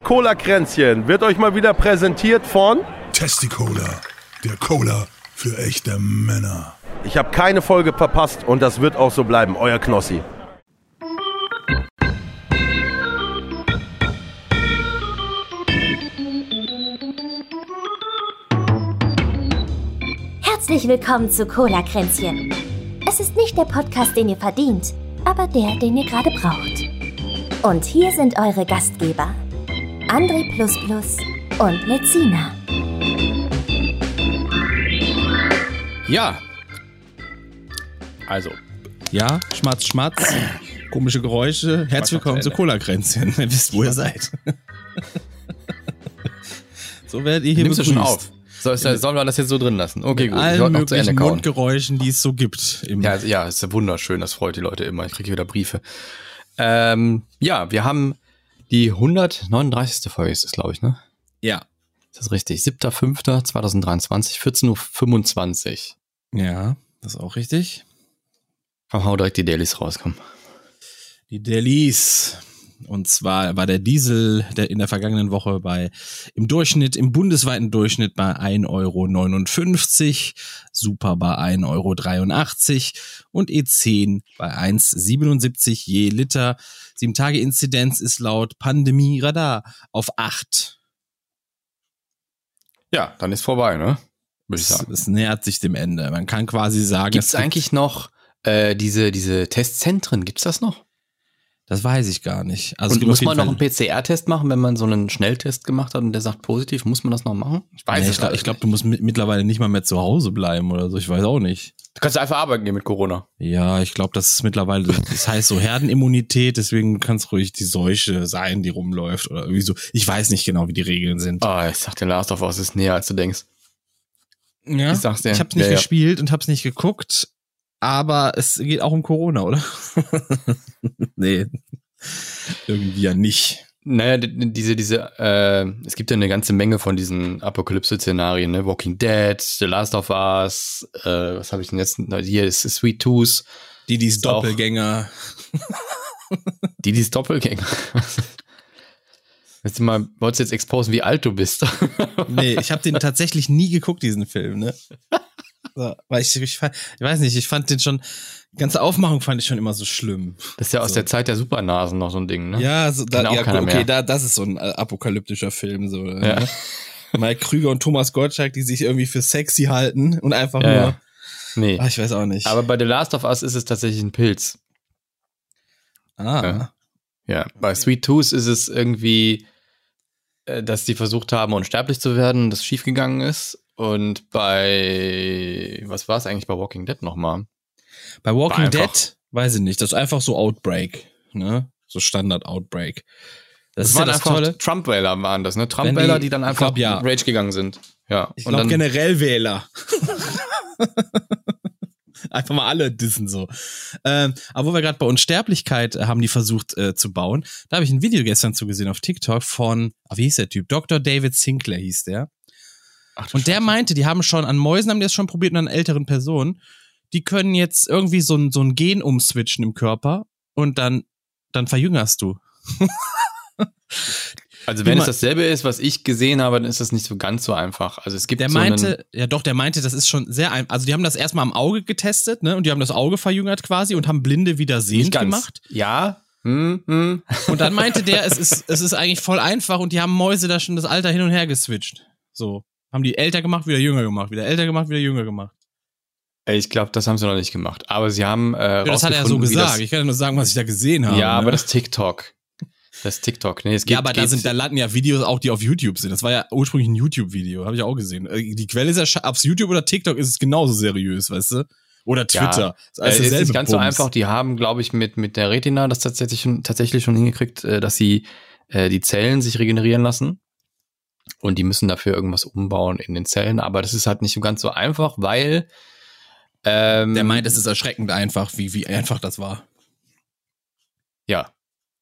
Cola-Kränzchen wird euch mal wieder präsentiert von Testicola, der Cola für echte Männer. Ich habe keine Folge verpasst und das wird auch so bleiben. Euer Knossi. Herzlich willkommen zu Cola-Kränzchen. Es ist nicht der Podcast, den ihr verdient, aber der, den ihr gerade braucht. Und hier sind eure Gastgeber, André++ und Lezina. Ja. Also. Ja, Schmatz, Schmatz. Komische Geräusche. Herzlich willkommen zu Cola-Kränzchen. Ihr wisst, wo ihr seid. So werdet ihr hier Nimmst begrüßt. du schon auf? Sollen wir das jetzt so drin lassen? Okay, Mit gut. allen möglichen Mundgeräuschen, die es so gibt. Ja, ist ja wunderschön. Das freut die Leute immer. Ich kriege wieder Briefe. Ja, wir haben die 139. Folge, ist das, glaube ich, ne? Ja. Ist das richtig? 7.5.2023, 14.25 Uhr. Ja, das ist auch richtig. Komm, hau direkt die Dailies raus, komm. Die Dailies. Und zwar war der Diesel in der vergangenen Woche im bundesweiten Durchschnitt bei 1,59 €, Super bei 1,83 € und E10 bei 1,77 je Liter. 7-Tage-Inzidenz ist laut Pandemie-Radar auf 8. Ja, dann ist vorbei, ne? Würde ich sagen. Es nähert sich dem Ende. Man kann quasi sagen, Gibt's eigentlich noch diese Testzentren? Gibt's das noch? Das weiß ich gar nicht. Also und muss man noch einen PCR-Test machen, wenn man so einen Schnelltest gemacht hat und der sagt positiv? Muss man das noch machen? Ich weiß es nicht. Ich glaube, du musst mittlerweile nicht mal mehr zu Hause bleiben oder so. Ich weiß auch nicht. Du kannst einfach arbeiten gehen mit Corona. Ja, ich glaube, das ist mittlerweile, das heißt so Herdenimmunität, deswegen kann es ruhig die Seuche sein, die rumläuft oder irgendwie so. Ich weiß nicht genau, wie die Regeln sind. Ich sag dir, Last of Us ist näher, als du denkst. Ja, ich sag's dir. Ich hab's nicht gespielt und hab's nicht geguckt, aber es geht auch um Corona, oder? Nee, irgendwie ja nicht. Naja, es gibt ja eine ganze Menge von diesen Apokalypse-Szenarien, ne? Walking Dead, The Last of Us, was habe ich denn jetzt? Hier ist Sweet Tooth. Didis Doppelgänger. Didis Doppelgänger. Wolltest du jetzt exposen, wie alt du bist? Nee, ich habe den tatsächlich nie geguckt, diesen Film, ne? So, weil ich weiß nicht, ich fand den schon, die ganze Aufmachung fand ich schon immer so schlimm. Das ist ja aus der Zeit der Supernasen noch so ein Ding, ne? Ja, das ist so ein apokalyptischer Film, so. Ja. Ne? Mike Krüger und Thomas Gottschalk, die sich irgendwie für sexy halten und einfach nur. Ja. Nee. Ich weiß auch nicht. Aber bei The Last of Us ist es tatsächlich ein Pilz. Ja, bei Sweet Tooth ist es irgendwie, dass die versucht haben, unsterblich zu werden, das schiefgegangen ist. Und was war es eigentlich bei Walking Dead nochmal? Bei Walking Dead, weiß ich nicht, das ist einfach so Outbreak, ne? So Standard-Outbreak. Das waren einfach Tolle. Trump-Wähler waren das, ne? Trump-Wähler, die dann einfach Rage gegangen sind. Ja. Ich glaube generell Wähler. Einfach mal alle dissen so. Aber wo wir gerade bei Unsterblichkeit haben die versucht zu bauen, da habe ich ein Video gestern zugesehen auf TikTok von, wie hieß der Typ? Dr. David Sinclair hieß der. Und der meinte, die haben schon, an Mäusen haben die das schon probiert und an älteren Personen, die können jetzt irgendwie so ein Gen umswitchen im Körper und dann verjüngerst du. Also wenn es dasselbe ist, was ich gesehen habe, dann ist das nicht so ganz so einfach. Also es gibt der meinte, das ist schon sehr einfach. Also die haben das erstmal am Auge getestet, ne? Und die haben das Auge verjüngert quasi und haben Blinde wieder sehend gemacht. Ja. Und dann meinte der, es ist eigentlich voll einfach und die haben Mäuse da schon das Alter hin und her geswitcht. So. Haben die älter gemacht, wieder jünger gemacht, wieder älter gemacht, wieder jünger gemacht. Ich glaube, das haben sie noch nicht gemacht. Aber sie haben das hat er so gesagt. Ich kann ja nur sagen, was ich da gesehen habe. Ja, ne? aber das TikTok. Nee, es gibt, ja, aber da landen ja Videos auch, die auf YouTube sind. Das war ja ursprünglich ein YouTube-Video, habe ich auch gesehen. Die Quelle ist ja, auf YouTube oder TikTok ist es genauso seriös, weißt du? Oder Twitter. Ja, das ist nicht ganz so einfach. Die haben, glaube ich, mit der Retina das tatsächlich schon hingekriegt, dass sie die Zellen sich regenerieren lassen. Und die müssen dafür irgendwas umbauen in den Zellen. Aber das ist halt nicht so ganz so einfach, weil der meint, es ist erschreckend einfach, wie einfach das war. Ja.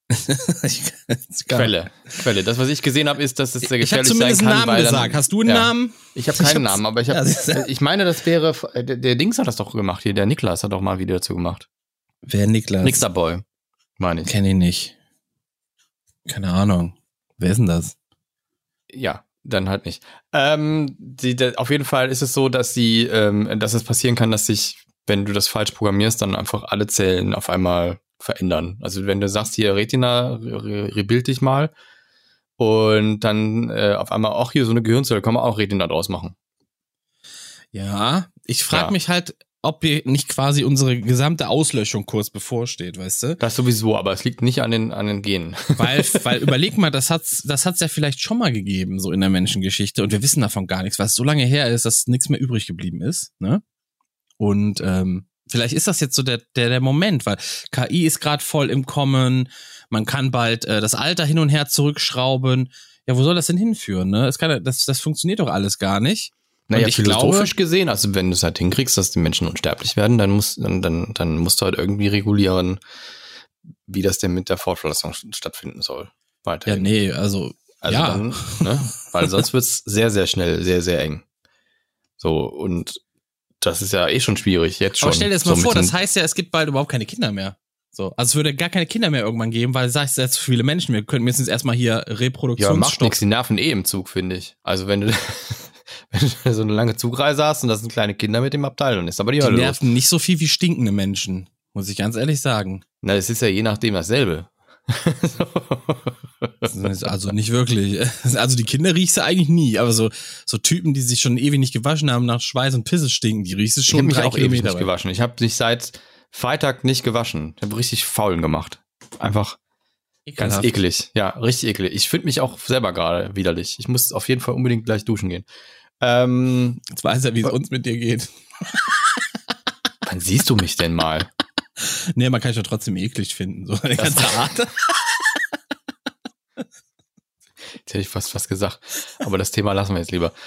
Quelle. Das, was ich gesehen habe, ist, dass es sehr gefährlich sein kann. Ich habe zumindest einen Namen gesagt. Hast du einen Namen? Ich habe keinen Namen, aber ich meine, das wäre, der Dings hat das doch gemacht hier, der Niklas hat doch mal ein Video dazu gemacht. Wer Niklas? Nixerboy, meine ich. Kenn ihn nicht. Keine Ahnung. Wer ist denn das? Ja, dann halt nicht. Auf jeden Fall ist es so, dass dass es passieren kann, dass sich, wenn du das falsch programmierst, dann einfach alle Zellen auf einmal verändern. Also wenn du sagst, hier Retina, rebuild dich mal und dann auf einmal auch hier so eine Gehirnzelle, kann man auch Retina draus machen. Ja, ich frage mich halt, ob wir nicht quasi unsere gesamte Auslöschung kurz bevorsteht, weißt du? Das sowieso, aber es liegt nicht an den Genen. Weil überleg mal, das hat's ja vielleicht schon mal gegeben, so in der Menschengeschichte, und wir wissen davon gar nichts, weil es so lange her ist, dass nichts mehr übrig geblieben ist, ne? Und vielleicht ist das jetzt so der Moment, weil KI ist gerade voll im Kommen, man kann bald das Alter hin und her zurückschrauben. Ja, wo soll das denn hinführen, ne? Das funktioniert doch alles gar nicht. Naja, philosophisch gesehen, also wenn du es halt hinkriegst, dass die Menschen unsterblich werden, dann musst du halt irgendwie regulieren, wie das denn mit der Fortpflanzung stattfinden soll. Weiterhin. Ja, nee, also ja. Dann, ne? Weil sonst wird's sehr, sehr schnell, sehr, sehr eng. So, und das ist ja schon schwierig, jetzt schon. Aber stell dir das mal vor, das heißt ja, es gibt bald überhaupt keine Kinder mehr. So, also es würde gar keine Kinder mehr irgendwann geben, weil es ja zu viele Menschen, wir könnten jetzt erstmal hier Reproduktionsstopp. Ja, macht nichts, die nerven im Zug, finde ich. Also wenn du so eine lange Zugreise hast und das sind kleine Kinder mit dem Abteil, dann ist aber die Hölle los. Die nerven nicht so viel wie stinkende Menschen, muss ich ganz ehrlich sagen. Na, es ist ja je nachdem dasselbe. Also nicht wirklich. Also die Kinder riechst du eigentlich nie, aber so Typen, die sich schon ewig nicht gewaschen haben, nach Schweiß und Pisse stinken, die riechst du schon 3 Kilometer. Ich habe mich auch ewig nicht weit. gewaschen. Ich habe mich seit Freitag nicht gewaschen. Ich habe richtig faulen gemacht. Einfach Ekelhaft. Ganz eklig. Ja, richtig eklig. Ich finde mich auch selber gerade widerlich. Ich muss auf jeden Fall unbedingt gleich duschen gehen. Jetzt weiß er, wie es uns mit dir geht. Wann siehst du mich denn mal? Nee, man kann dich doch trotzdem eklig finden. So eine ganze Art. Jetzt hätte ich fast gesagt. Aber das Thema lassen wir jetzt lieber.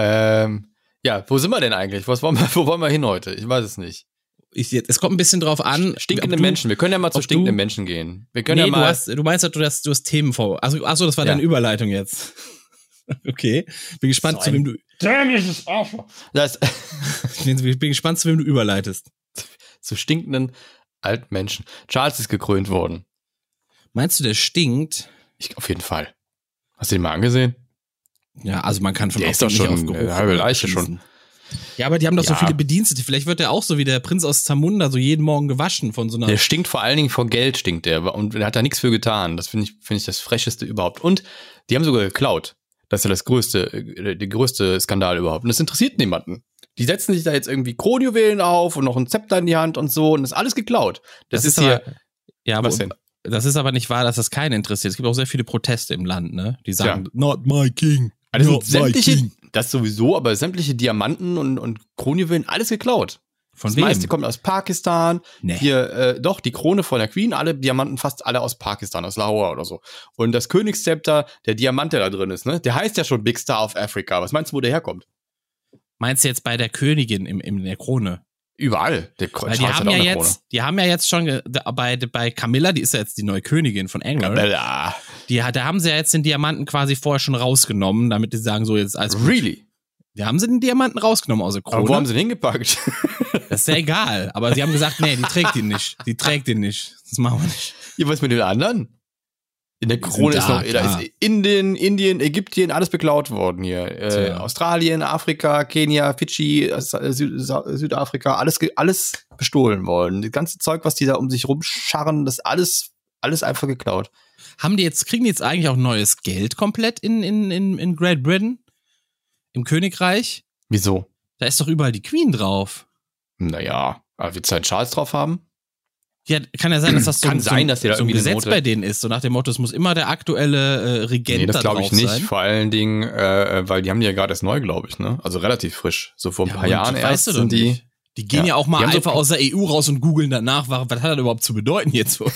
Ja, wo sind wir denn eigentlich? Wo wollen wir hin heute? Ich weiß es nicht. Es kommt ein bisschen drauf an. Stinkende Menschen. Wir können ja mal zu stinkenden Menschen gehen. Wir können ja mal. Du meinst, du hast Themen vor. Achso, das war deine Überleitung jetzt. Okay. Bin gespannt, zu wem du. Dämliches Arschloch. Ich bin gespannt, zu wem du überleitest. Zu stinkenden alten Menschen. Charles ist gekrönt worden. Meinst du, der stinkt? Auf jeden Fall. Hast du den mal angesehen? Ja, also man kann von der ist doch schon eine halbe Leiche schon. Ja, aber die haben doch so viele Bedienstete. Vielleicht wird der auch so wie der Prinz aus Zamunda so jeden Morgen gewaschen von so einer. Der stinkt vor allen Dingen vor Geld, stinkt der. Und der hat da nichts für getan. Das finde ich das Frecheste überhaupt. Und die haben sogar geklaut. Das ist ja der größte Skandal überhaupt. Und das interessiert niemanden. Die setzen sich da jetzt irgendwie Kronjuwelen auf und noch ein Zepter in die Hand und so. Und das ist alles geklaut. Das ist hier. Aber, ja, was denn? Das ist aber nicht wahr, dass das keinen interessiert. Es gibt auch sehr viele Proteste im Land, ne? Die sagen, not my king. Also das sowieso, aber sämtliche Diamanten und Kronjuwelen, alles geklaut. Von das wem? meiste kommt aus Pakistan. Nee. Hier, doch, die Krone von der Queen, alle Diamanten, fast alle aus Pakistan, aus Lahore oder so. Und das Königszepter, der Diamant, der da drin ist, ne? Der heißt ja schon Big Star of Africa. Was meinst du, wo der herkommt? Meinst du jetzt bei der Königin in der Krone? Überall. Die haben ja jetzt schon bei Camilla, die ist ja jetzt die neue Königin von England. Camilla. Da haben sie ja jetzt den Diamanten quasi vorher schon rausgenommen, damit die sagen so jetzt als. Really? Da haben sie den Diamanten rausgenommen aus der Krone. Aber wo haben sie den hingepackt? Das ist ja egal. Aber sie haben gesagt, nee, die trägt ihn nicht. Das machen wir nicht. Ja, was mit den anderen? In der Krone da ist Indien, Ägypten, alles beklaut worden hier. Australien, Afrika, Kenia, Fidschi, Südafrika, alles bestohlen worden. Das ganze Zeug, was die da um sich rumscharren, das alles einfach geklaut. Kriegen die jetzt eigentlich auch neues Geld komplett in Great Britain? Im Königreich? Wieso? Da ist doch überall die Queen drauf. Naja, aber wird es halt Charles drauf haben? Ja, kann ja sein, dass das so ein Gesetz bei denen ist. So nach dem Motto, es muss immer der aktuelle Regent da drauf sein. Nee, das glaube ich nicht. Vor allen Dingen, weil die haben die ja gerade erst neu, glaube ich, ne? Also relativ frisch. So vor ein paar Jahren erst sind die. Die gehen ja auch mal einfach aus der EU raus und googeln danach, was hat das überhaupt zu bedeuten jetzt so?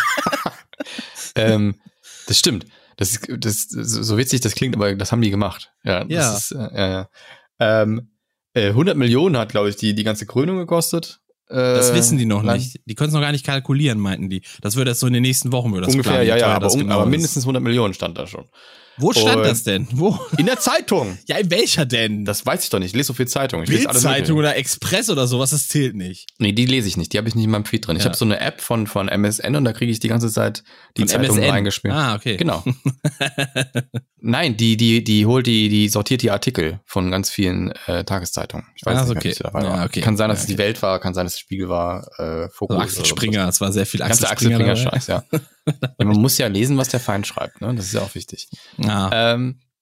Das stimmt. Das so witzig das klingt, aber das haben die gemacht. Ja. Das ist, 100 Millionen hat, glaube ich, die ganze Krönung gekostet. Das wissen die noch nicht. Die können es noch gar nicht kalkulieren, meinten die. Das wird erst so in den nächsten Wochen. Ungefähr, aber mindestens 100 Millionen stand da schon. Wo stand das denn? Wo? In der Zeitung. Ja, in welcher denn? Das weiß ich doch nicht. Ich lese so viel Zeitung. Ich lese alles Bildzeitung Mögliche. oder Express oder sowas, das zählt nicht. Nee, die lese ich nicht. Die habe ich nicht in meinem Feed drin. Ich Ja. habe so eine App von MSN und da kriege ich die ganze Zeit die Von Zeitung MSN? reingespielt. Ah, okay. Genau. Nein, die sortiert die Artikel von ganz vielen Tageszeitungen. Ich weiß nicht, Okay. welche dabei Ja, war. okay. Kann sein, dass Ja, es die Welt war, kann sein, dass es Spiegel war, Fokus. So Axel oder Springer, es war sehr viel Axel Axel Springer. Scheiß, ja. Ja. Man muss ja lesen, was der Feind schreibt, ne? Das ist ja auch wichtig. Ja.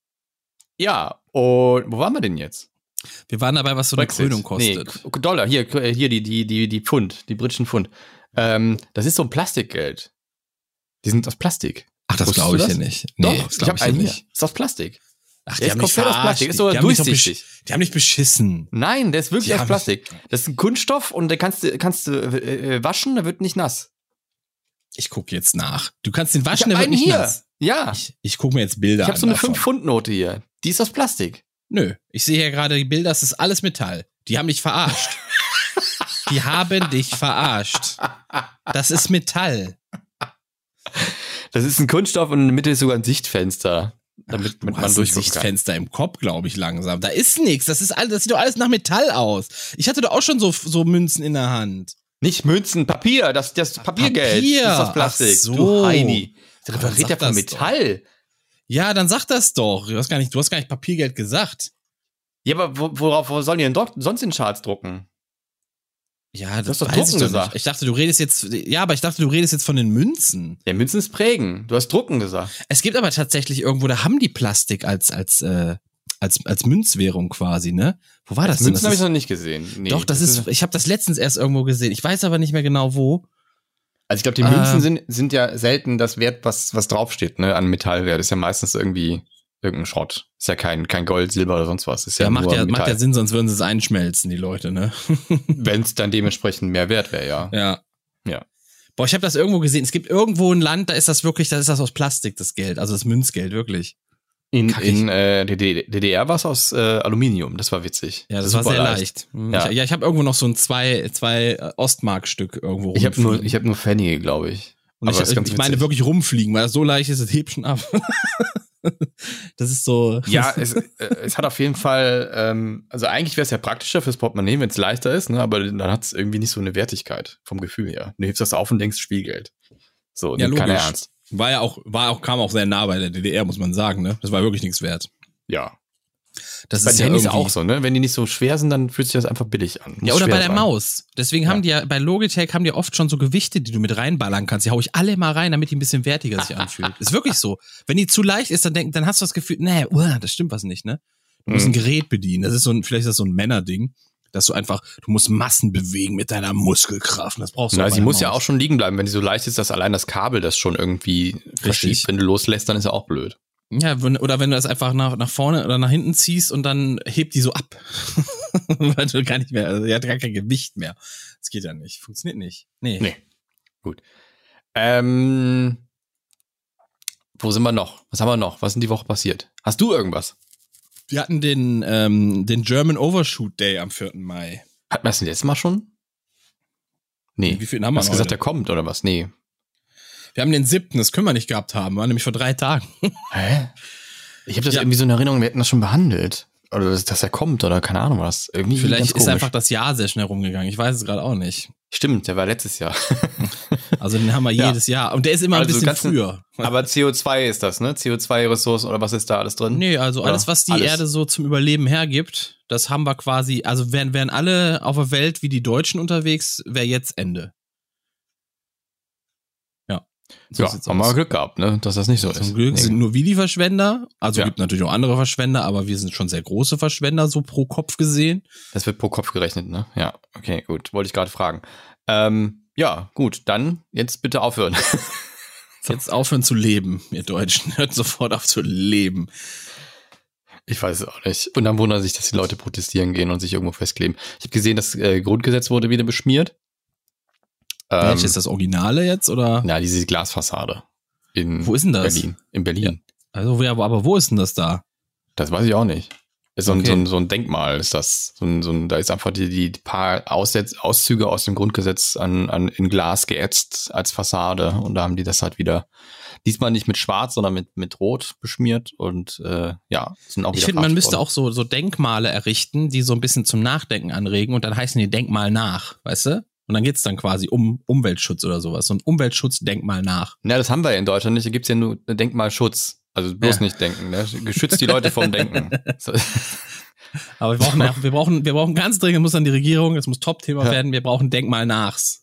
Ja, und wo waren wir denn jetzt? Wir waren dabei, was so eine Brexit. Krönung kostet. Nee, Dollar, hier die Pfund, die britischen Pfund. Das ist so ein Plastikgeld. Die sind aus Plastik. Ach, das Wusstest glaube du ich das? ja nicht. Doch, Nee, das ich glaube habe ich ja einen hier. nicht. Ist aus Plastik. Ach, Der ist komplett aus Plastik, ist sogar Die haben mich doch durchsichtig. Die haben nicht beschissen. Nein, der ist wirklich Die aus haben- Plastik. Das ist ein Kunststoff und den kannst du waschen, der wird nicht nass. Ich gucke jetzt nach. Du kannst den Ich waschen, hab der wird einen nicht hier. nass. Ja, Ich gucke mir jetzt Bilder ich an. habe so eine davon. 5-Pfund-Note hier. Die ist aus Plastik. Nö, ich sehe hier gerade die Bilder, das ist alles Metall. Die haben dich verarscht. Die haben dich verarscht. Das ist Metall. Das ist ein Kunststoff und in der Mitte ist sogar ein Sichtfenster, damit Du man hast ein durchgucken kann. Sichtfenster im Kopf, glaube ich, langsam. Da ist nichts. Das sieht doch alles nach Metall aus. Ich hatte doch auch schon so Münzen in der Hand. Nicht Münzen, Papier, das Papiergeld. Papier. Das ist aus Plastik. Ach so. Du Heini. Der Dann referiert ja sag von das Metall. Ja, dann sag das doch. Du hast gar nicht Papiergeld gesagt. Ja, aber wo sollen die denn sonst in Charts drucken? Ja, hast doch weiß drucken ich doch gesagt. nicht. Ich dachte, du redest jetzt von den Münzen. Ja, Münzen ist prägen. Du hast drucken gesagt. Es gibt aber tatsächlich irgendwo, da haben die Plastik als Münzwährung quasi, ne? Wo war das denn? Münzen Das habe ich ist- noch nicht gesehen. Nee, Doch, ich habe das letztens erst irgendwo gesehen. Ich weiß aber nicht mehr genau wo. Also ich glaube, die Münzen sind ja selten das Wert, was draufsteht, ne, an Metallwert. Ist ja meistens irgendwie irgendein Schrott. Ist ja kein Gold, Silber oder sonst was. Ist ja, macht nur ja Metall. Sinn, sonst würden sie es einschmelzen, die Leute, ne? Wenn es dann dementsprechend mehr wert wäre, ja. Ja. Ja. Boah, ich habe das irgendwo gesehen. Es gibt irgendwo ein Land, da ist das aus Plastik, das Geld, also das Münzgeld, wirklich. In Kackig. DDR war es aus Aluminium. Das war witzig. Ja, das war Super sehr leicht. Ja. Ich habe irgendwo noch so ein zwei Ostmark-Stück irgendwo Ich habe rumfliegen. nur Pfennige, glaube ich. Und Aber das ist ganz ich meine witzig. wirklich rumfliegen, weil das so leicht ist, es hebt schon ab. Das ist so. Ja, es hat auf jeden Fall, also eigentlich wäre es ja praktischer fürs Portemonnaie, wenn es leichter ist, ne? Aber dann hat es irgendwie nicht so eine Wertigkeit vom Gefühl her. Du hebst das auf und denkst Spielgeld. So, Ja, nimmt keiner logisch. ernst. Kam auch sehr nah bei der DDR, muss man sagen, ne? Das war wirklich nichts wert. Ja. Das Bei ist den Handys irgendwie- auch so, ne? Wenn die nicht so schwer sind, dann fühlt sich das einfach billig an. Muss Ja, oder schwer bei der sein. Maus. Deswegen haben die ja, bei Logitech haben die oft schon so Gewichte, die du mit reinballern kannst. Die hau ich alle mal rein, damit die ein bisschen wertiger sich anfühlt. Ist wirklich so. Wenn die zu leicht ist, dann hast du das Gefühl, nee, das stimmt was nicht, ne? Du musst ein Gerät bedienen. Das ist vielleicht ist das so ein Männerding, dass du musst Massen bewegen mit deiner Muskelkraft. Das brauchst du. Na, auch bei sie der muss ja Maus. auch schon liegen bleiben. Wenn die so leicht ist, dass allein das Kabel das schon irgendwie verschiebt. Wenn du loslässt, dann ist ja auch blöd. Ja, oder wenn du das einfach nach vorne oder nach hinten ziehst und dann hebt die so ab. Weil du gar nicht mehr, also die hat gar kein Gewicht mehr. Das geht ja nicht. Funktioniert nicht. Nee. Gut. Wo sind wir noch? Was haben wir noch? Was ist in die Woche passiert? Hast du irgendwas? Wir hatten den German Overshoot Day am 4. Mai. Hatten wir das letztes Mal schon? Nee. Wie viel haben wir Hast du gesagt, der kommt oder was? Nee. Wir haben den 7., das können wir nicht gehabt haben. War nämlich vor 3 Tagen. Hä? Ich habe das Ja. irgendwie so in Erinnerung, wir hätten das schon behandelt. Oder dass er kommt oder keine Ahnung was. Irgendwie Vielleicht ganz ist komisch. einfach das Jahr sehr schnell rumgegangen. Ich weiß es gerade auch nicht. Stimmt, der war letztes Jahr. Also den haben wir Ja. jedes Jahr. Und der ist immer ein bisschen ganz- früher. Aber CO2 ist das, ne? CO2-Ressourcen oder was ist da alles drin? Nee, also Oder alles, was die alles? Erde so zum Überleben hergibt, das haben wir quasi, also wären alle auf der Welt wie die Deutschen unterwegs, wäre jetzt Ende. Ja. So Ja, sieht's haben wir aus. Glück gehabt, ne? Dass das nicht so ist. Zum Glück sind nur wir die Verschwender. Also Ja. gibt natürlich auch andere Verschwender, aber wir sind schon sehr große Verschwender, so pro Kopf gesehen. Das wird pro Kopf gerechnet, ne? Ja, okay, gut. Wollte ich gerade fragen. Ja, gut, dann jetzt bitte aufhören. Jetzt aufhören zu leben, ihr Deutschen. Hört sofort auf zu leben. Ich weiß es auch nicht. Und dann wundern sich, dass die Leute protestieren gehen und sich irgendwo festkleben. Ich habe gesehen, das Grundgesetz wurde wieder beschmiert. Welches ist das Originale jetzt, oder? Ja, diese Glasfassade. Wo ist denn das? Berlin. In Berlin. Also, aber wo ist denn das da? Das weiß ich auch nicht. So Okay. ein Denkmal ist das. Da ist einfach die paar Auszüge aus dem Grundgesetz in Glas geätzt als Fassade. Und da haben die das halt wieder, diesmal nicht mit Schwarz, sondern mit Rot beschmiert. Und sind auch wieder Ich finde, man müsste worden. auch so Denkmale errichten, die so ein bisschen zum Nachdenken anregen und dann heißen die Denkmal nach, weißt du? Und dann geht's dann quasi um Umweltschutz oder sowas. So ein Umweltschutzdenkmal nach. Ja, das haben wir ja in Deutschland nicht. Da gibt's ja nur Denkmalschutz. Also bloß nicht denken. Ne? Geschützt die Leute vom Denken. So. Aber wir brauchen ganz dringend, muss an die Regierung, es muss Top-Thema werden, wir brauchen Denkmal nachs.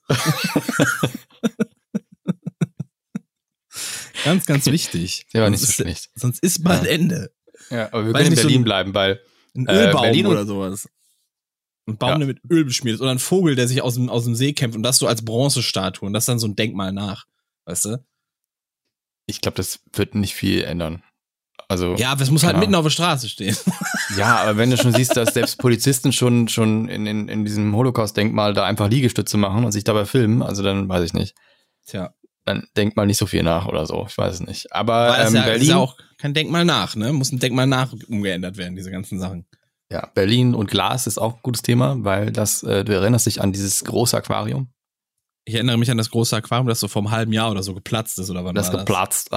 Ganz, ganz wichtig. Der war nicht so Sonst ist- schlecht. Sonst ist bald Ende. Ja, aber wir Weiß können in nicht, so Berlin ein- bleiben, weil Ein Ölbaum Berlin und- oder sowas. Ein Baum, Ja. der mit Öl beschmiert ist. Oder ein Vogel, der sich aus dem See kämpft und das so als Bronzestatue und das dann so ein Denkmal nach. Weißt du? ich glaube, das wird nicht viel ändern. Also Ja, aber es muss halt keine mitten auf der Straße stehen. Ja, aber wenn du schon siehst, dass selbst Polizisten schon in diesem Holocaust-Denkmal da einfach Liegestütze machen und sich dabei filmen, also dann weiß ich nicht. Tja. Dann denkt mal nicht so viel nach oder so. Ich weiß es nicht. Aber Weil das ist Berlin, ja auch kein Denkmal nach, ne? Muss ein Denkmal nach umgeändert werden, diese ganzen Sachen. ja, Berlin und Glas ist auch ein gutes Thema, weil du erinnerst dich an dieses große Aquarium. Ich erinnere mich an das große Aquarium, das so vor einem halben Jahr oder so geplatzt ist, oder wann Das war geplatzt,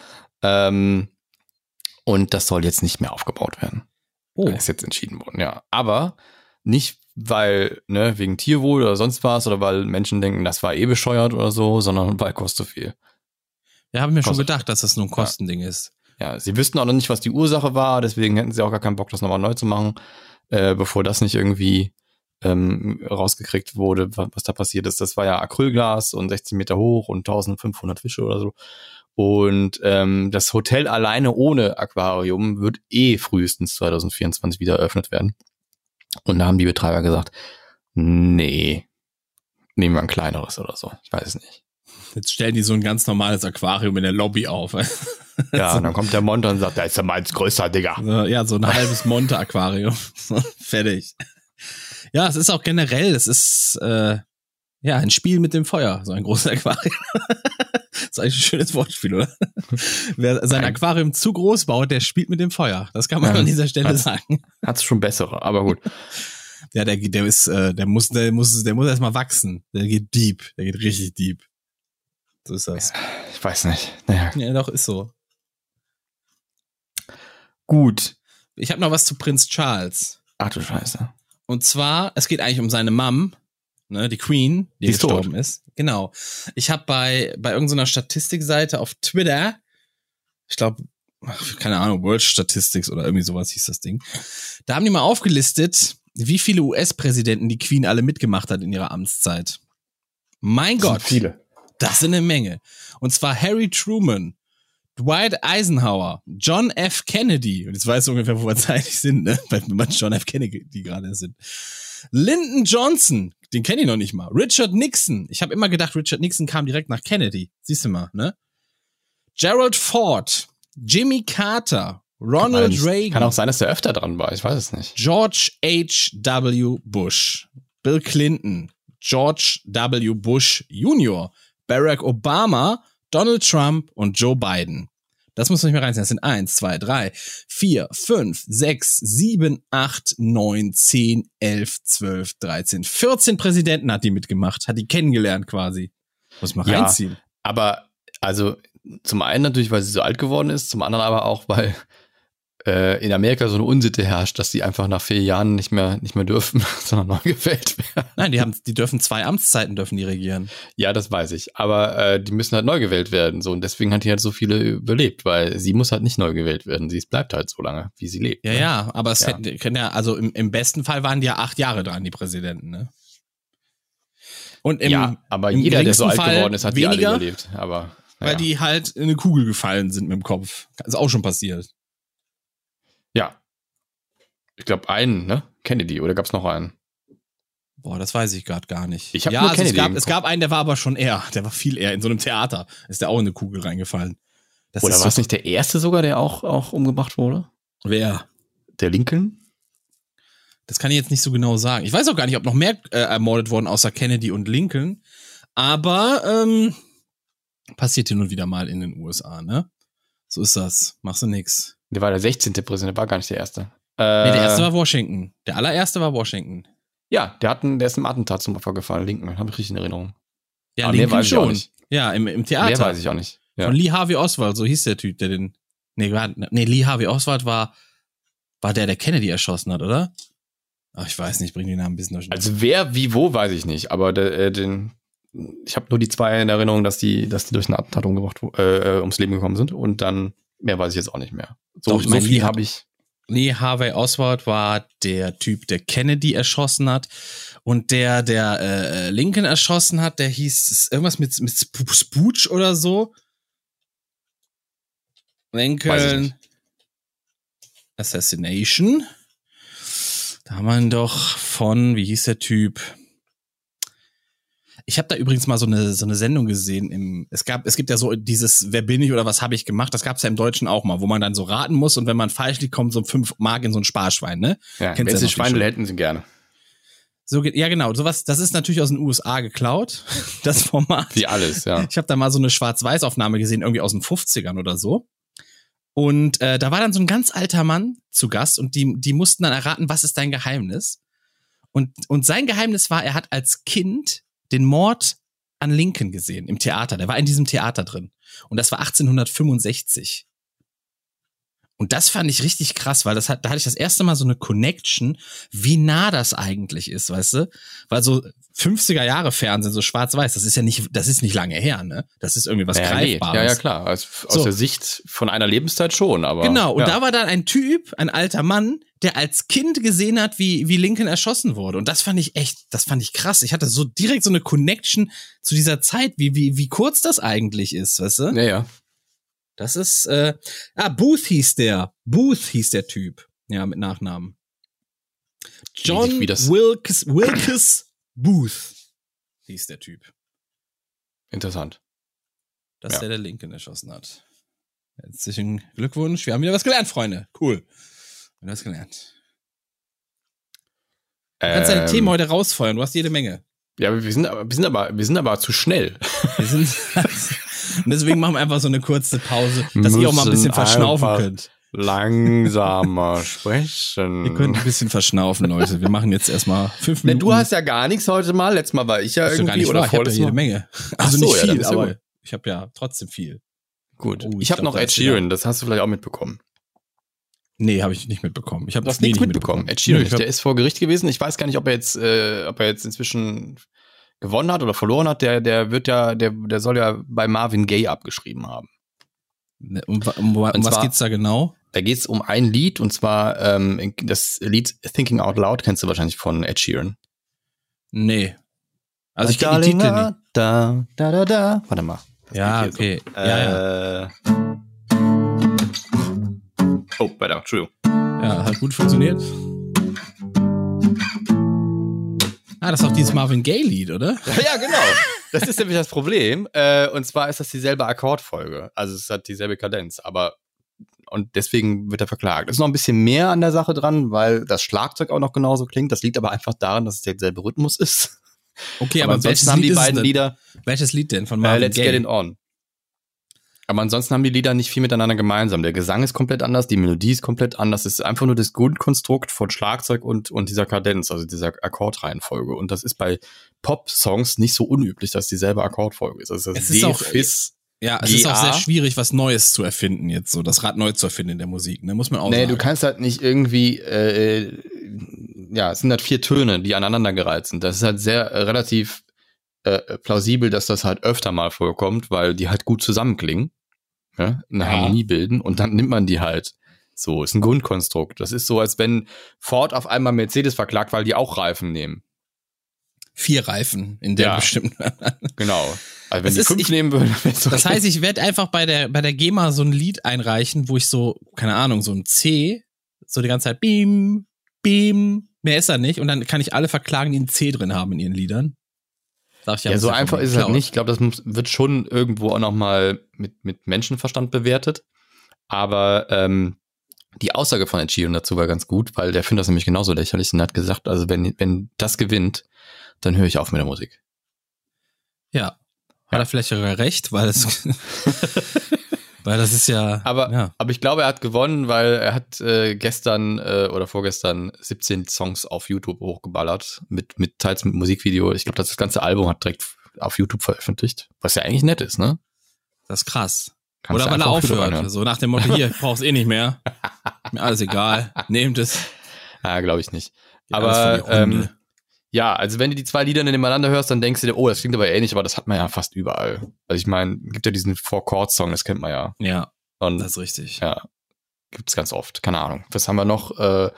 und das soll jetzt nicht mehr aufgebaut werden. Oh. Ist jetzt entschieden worden, ja. Aber nicht, weil, wegen Tierwohl oder sonst was oder weil Menschen denken, das war bescheuert oder so, sondern weil kostet so viel. Ja, haben wir schon Kostet- gedacht, dass das nur ein Kostending ist. Ja, sie wüssten auch noch nicht, was die Ursache war, deswegen hätten sie auch gar keinen Bock, das nochmal neu zu machen, bevor das nicht irgendwie rausgekriegt wurde, was da passiert ist. Das war ja Acrylglas und 16 Meter hoch und 1500 Fische oder so. Und das Hotel alleine ohne Aquarium wird frühestens 2024 wieder eröffnet werden. Und da haben die Betreiber gesagt, nee, nehmen wir ein kleineres oder so. Ich weiß es nicht. Jetzt stellen die so ein ganz normales Aquarium in der Lobby auf. Ja, und dann kommt der Monte und sagt, da ist ja meins größer, Digga. So, ja, so ein halbes Monte-Aquarium. So, fertig. Ja, es ist auch generell, es ist ein Spiel mit dem Feuer, so ein großes Aquarium. Das ist eigentlich ein schönes Wortspiel, oder? Wer sein Aquarium zu groß baut, der spielt mit dem Feuer. Das kann man an dieser Stelle sagen. Hat's schon bessere, aber gut. Ja, der muss erstmal wachsen. Der geht deep, der geht richtig deep. So ist das. Ich weiß nicht. Naja. Ja, doch, ist so. Gut. Ich habe noch was zu Prinz Charles. Ach du Scheiße. Und zwar, es geht eigentlich um seine Mom, ne, die Queen, die ist gestorben ist. Genau. Ich habe bei irgendeiner Statistikseite auf Twitter, ich glaube, keine Ahnung, World Statistics oder irgendwie sowas hieß das Ding. Da haben die mal aufgelistet, wie viele US-Präsidenten die Queen alle mitgemacht hat in ihrer Amtszeit. Mein Gott. Viele. Das sind eine Menge. Und zwar Harry Truman, Dwight Eisenhower, John F. Kennedy. Und jetzt weißt du ungefähr, wo wir zeitlich sind, ne? Wenn man John F. Kennedy gerade sind. Lyndon Johnson, den kenne ich noch nicht mal. Richard Nixon. Ich habe immer gedacht, Richard Nixon kam direkt nach Kennedy. Siehst du mal, ne? Gerald Ford, Jimmy Carter, Ronald Reagan. Kann auch sein, dass der öfter dran war. Ich weiß es nicht. George H.W. Bush, Bill Clinton, George W. Bush Jr., Barack Obama, Donald Trump und Joe Biden. Das muss man nicht mehr reinziehen. Das sind 1, 2, 3, 4, 5, 6, 7, 8, 9, 10, 11, 12, 13, 14 Präsidenten hat die mitgemacht, hat die kennengelernt quasi. Muss man reinziehen. Aber, also, zum einen natürlich, weil sie so alt geworden ist, zum anderen aber auch, weil in Amerika so eine Unsitte herrscht, dass die einfach nach 4 Jahren nicht mehr dürfen, sondern neu gewählt werden. Nein, die dürfen 2 Amtszeiten dürfen die regieren. Ja, das weiß ich. Aber die müssen halt neu gewählt werden. So, und deswegen hat die halt so viele überlebt, weil sie muss halt nicht neu gewählt werden. Sie bleibt halt so lange, wie sie lebt. Ja, ne? ja, aber es Ja. können ja, also im besten Fall waren die ja 8 Jahre dran, die Präsidenten, ne? Und Ja, aber im jeder, der so alt geringsten Fall geworden ist, hat die alle weniger, überlebt. Aber weil die halt in eine Kugel gefallen sind mit dem Kopf. Ist auch schon passiert. ja. Ich glaube einen, ne? Kennedy, oder gab's noch einen? Boah, das weiß ich gerade gar nicht. Ich hab ja, nur also Kennedy im es Kopf. gab einen, der war aber schon eher, der war viel eher. In so einem Theater ist der auch in eine Kugel reingefallen. Das Oder ist war es so, nicht der erste sogar, der auch umgebracht wurde? wer? Der Lincoln? Das kann ich jetzt nicht so genau sagen. Ich weiß auch gar nicht, ob noch mehr ermordet wurden, außer Kennedy und Lincoln. Aber passiert hier nun wieder mal in den USA, ne? So ist das. Machst du nix. Der war der 16. Präsident, der war gar nicht der erste. Nee, der erste war Washington. Der allererste war Washington. Ja, der ist im Attentat zum Opfer gefallen. Lincoln, habe ich richtig in Erinnerung. Ja, Aber Lincoln mehr weiß ich auch schon. nicht. Ja, im Theater. Mehr weiß ich auch nicht. Ja. Von Lee Harvey Oswald, so hieß der Typ, der den. Nee, Lee Harvey Oswald war der Kennedy erschossen hat, oder? Ach, ich weiß nicht, bring den Namen ein bisschen durch. Also wer, wie, wo, weiß ich nicht. Aber ich habe nur die 2 in Erinnerung, dass die durch ein Attentat ums Leben gekommen sind. Und dann mehr weiß ich jetzt auch nicht mehr. So viel habe ich. Lee Harvey Oswald war der Typ, der Kennedy erschossen hat. Und der Lincoln erschossen hat, der hieß irgendwas mit Spooch oder so. Lincoln Assassination. Da haben wir ihn doch von, wie hieß der Typ? Ich habe da übrigens mal so eine Sendung gesehen. Es gibt ja so dieses Wer bin ich oder was habe ich gemacht? Das gab's ja im Deutschen auch mal, wo man dann so raten muss und wenn man falsch liegt, kommt so 5 Mark in so ein Sparschwein, ne? Ja, wenn sie Schweine hätten sie gerne. So geht, ja genau, sowas, das ist natürlich aus den USA geklaut, das Format. Wie alles, ja. Ich habe da mal so eine Schwarz-Weiß-Aufnahme gesehen, irgendwie aus den 50ern oder so. Und da war dann so ein ganz alter Mann zu Gast und die mussten dann erraten, was ist dein Geheimnis? Und sein Geheimnis war, er hat als Kind den Mord an Lincoln gesehen im Theater. Der war in diesem Theater drin. Und das war 1865. Und das fand ich richtig krass, weil da hatte ich das erste Mal so eine Connection, wie nah das eigentlich ist, weißt du? Weil so 50er Jahre Fernsehen, so schwarz-weiß, das ist nicht lange her, ne? Das ist irgendwie was Greifbares. Nee. Ja, klar. Aus der Sicht von einer Lebenszeit schon, aber. Genau. Und da war dann ein Typ, ein alter Mann, der als Kind gesehen hat, wie Lincoln erschossen wurde. Und das fand ich krass. Ich hatte so direkt so eine Connection zu dieser Zeit, wie kurz das eigentlich ist, weißt du? Ja. Das ist, Booth hieß der Typ. Ja, mit Nachnamen. John Wilkes Booth hieß der Typ. Interessant. Dass der Lincoln erschossen hat. Herzlichen Glückwunsch. Wir haben wieder was gelernt, Freunde. Cool. Wir haben was gelernt. Du kannst deine Themen heute rausfeuern. Du hast jede Menge. Ja, aber wir sind aber zu schnell. Und deswegen machen wir einfach so eine kurze Pause, dass ihr auch mal ein bisschen verschnaufen könnt. Langsamer sprechen. Ihr könnt ein bisschen verschnaufen, Leute. Wir machen jetzt erstmal 5 Minuten. Du hast ja gar nichts heute mal. Letztes Mal war ich ja irgendwie. Oder ich habe ja jede Menge. Also nicht viel, aber gut. ich habe ja trotzdem viel. Gut. Ich habe noch Ed Sheeran. Das hast du vielleicht auch mitbekommen. Nee, habe ich nicht mitbekommen. Ich habe das nichts mitbekommen. Ed Sheeran, der ist vor Gericht gewesen. Ich weiß gar nicht, ob er jetzt inzwischen gewonnen hat oder verloren hat. Der soll ja bei Marvin Gaye abgeschrieben haben. Um was geht's da genau? Da geht's um ein Lied, und zwar das Lied Thinking Out Loud kennst du wahrscheinlich von Ed Sheeran. Nee. Also ich kenne die Titel nicht. Da. Warte mal. Ja, okay. Ja. Oh, better, true. Ja, hat gut funktioniert. Das ist auch dieses Marvin Gaye-Lied, oder? Ja, genau. Das ist nämlich das Problem. Und zwar ist das dieselbe Akkordfolge. Also es hat dieselbe Kadenz, und deswegen wird er verklagt. Es ist noch ein bisschen mehr an der Sache dran, weil das Schlagzeug auch noch genauso klingt. Das liegt aber einfach daran, dass es derselbe Rhythmus ist. Okay, aber ansonsten haben die beiden Lieder. Welches Lied denn von Marvin Let's Gaye? Get It On. Aber ansonsten haben die Lieder nicht viel miteinander gemeinsam. Der Gesang ist komplett anders, die Melodie ist komplett anders. Es ist einfach nur das Grundkonstrukt von Schlagzeug und dieser Kadenz, also dieser Akkordreihenfolge. Und das ist bei Pop-Songs nicht so unüblich, dass dieselbe Akkordfolge ist. Also es ist auch sehr schwierig, was Neues zu erfinden jetzt, so das Rad neu zu erfinden in der Musik, ne? Muss man auch sagen. Nee, du kannst halt nicht irgendwie, es sind halt 4 Töne, die aneinandergereiht sind. Das ist halt sehr relativ plausibel, dass das halt öfter mal vorkommt, weil die halt gut zusammenklingen, ja, eine Harmonie bilden, und dann nimmt man die halt. So, ist ein Grundkonstrukt. Das ist so, als wenn Ford auf einmal Mercedes verklagt, weil die auch Reifen nehmen. 4 Reifen in der bestimmten. Genau. Also wenn die 5 nehmen würden, so. Das heißt, ich werde einfach bei der GEMA so ein Lied einreichen, wo ich so, keine Ahnung, so ein C, so die ganze Zeit Beam, Beam, mehr ist er nicht, und dann kann ich alle verklagen, die ein C drin haben in ihren Liedern. Ja, so einfach ist es halt nicht. Ich glaube, das wird schon irgendwo auch nochmal mit Menschenverstand bewertet. Aber die Aussage von Ed Sheeran dazu war ganz gut, weil der findet das nämlich genauso lächerlich und hat gesagt, also wenn das gewinnt, dann höre ich auf mit der Musik. Ja. Hat er vielleicht sogar recht, weil es Weil das ist ja. Aber ich glaube, er hat gewonnen, weil er hat gestern oder vorgestern 17 Songs auf YouTube hochgeballert. Teils mit Musikvideo. Ich glaube, das ganze Album hat direkt auf YouTube veröffentlicht. Was ja eigentlich nett ist, ne? Das ist krass. Kannst oder weil er aufhört. So nach dem Motto, hier, brauch's eh nicht mehr. Mir alles egal. Nehmt es. Ja, glaube ich nicht. Ja, aber ja, also wenn du die 2 Lieder nebeneinander hörst, dann denkst du dir, oh, das klingt aber ähnlich, aber das hat man ja fast überall. Also ich meine, gibt ja diesen Four-Chord-Song, das kennt man ja. Ja, und, das ist richtig. Ja, gibt's ganz oft. Keine Ahnung. Was haben wir noch?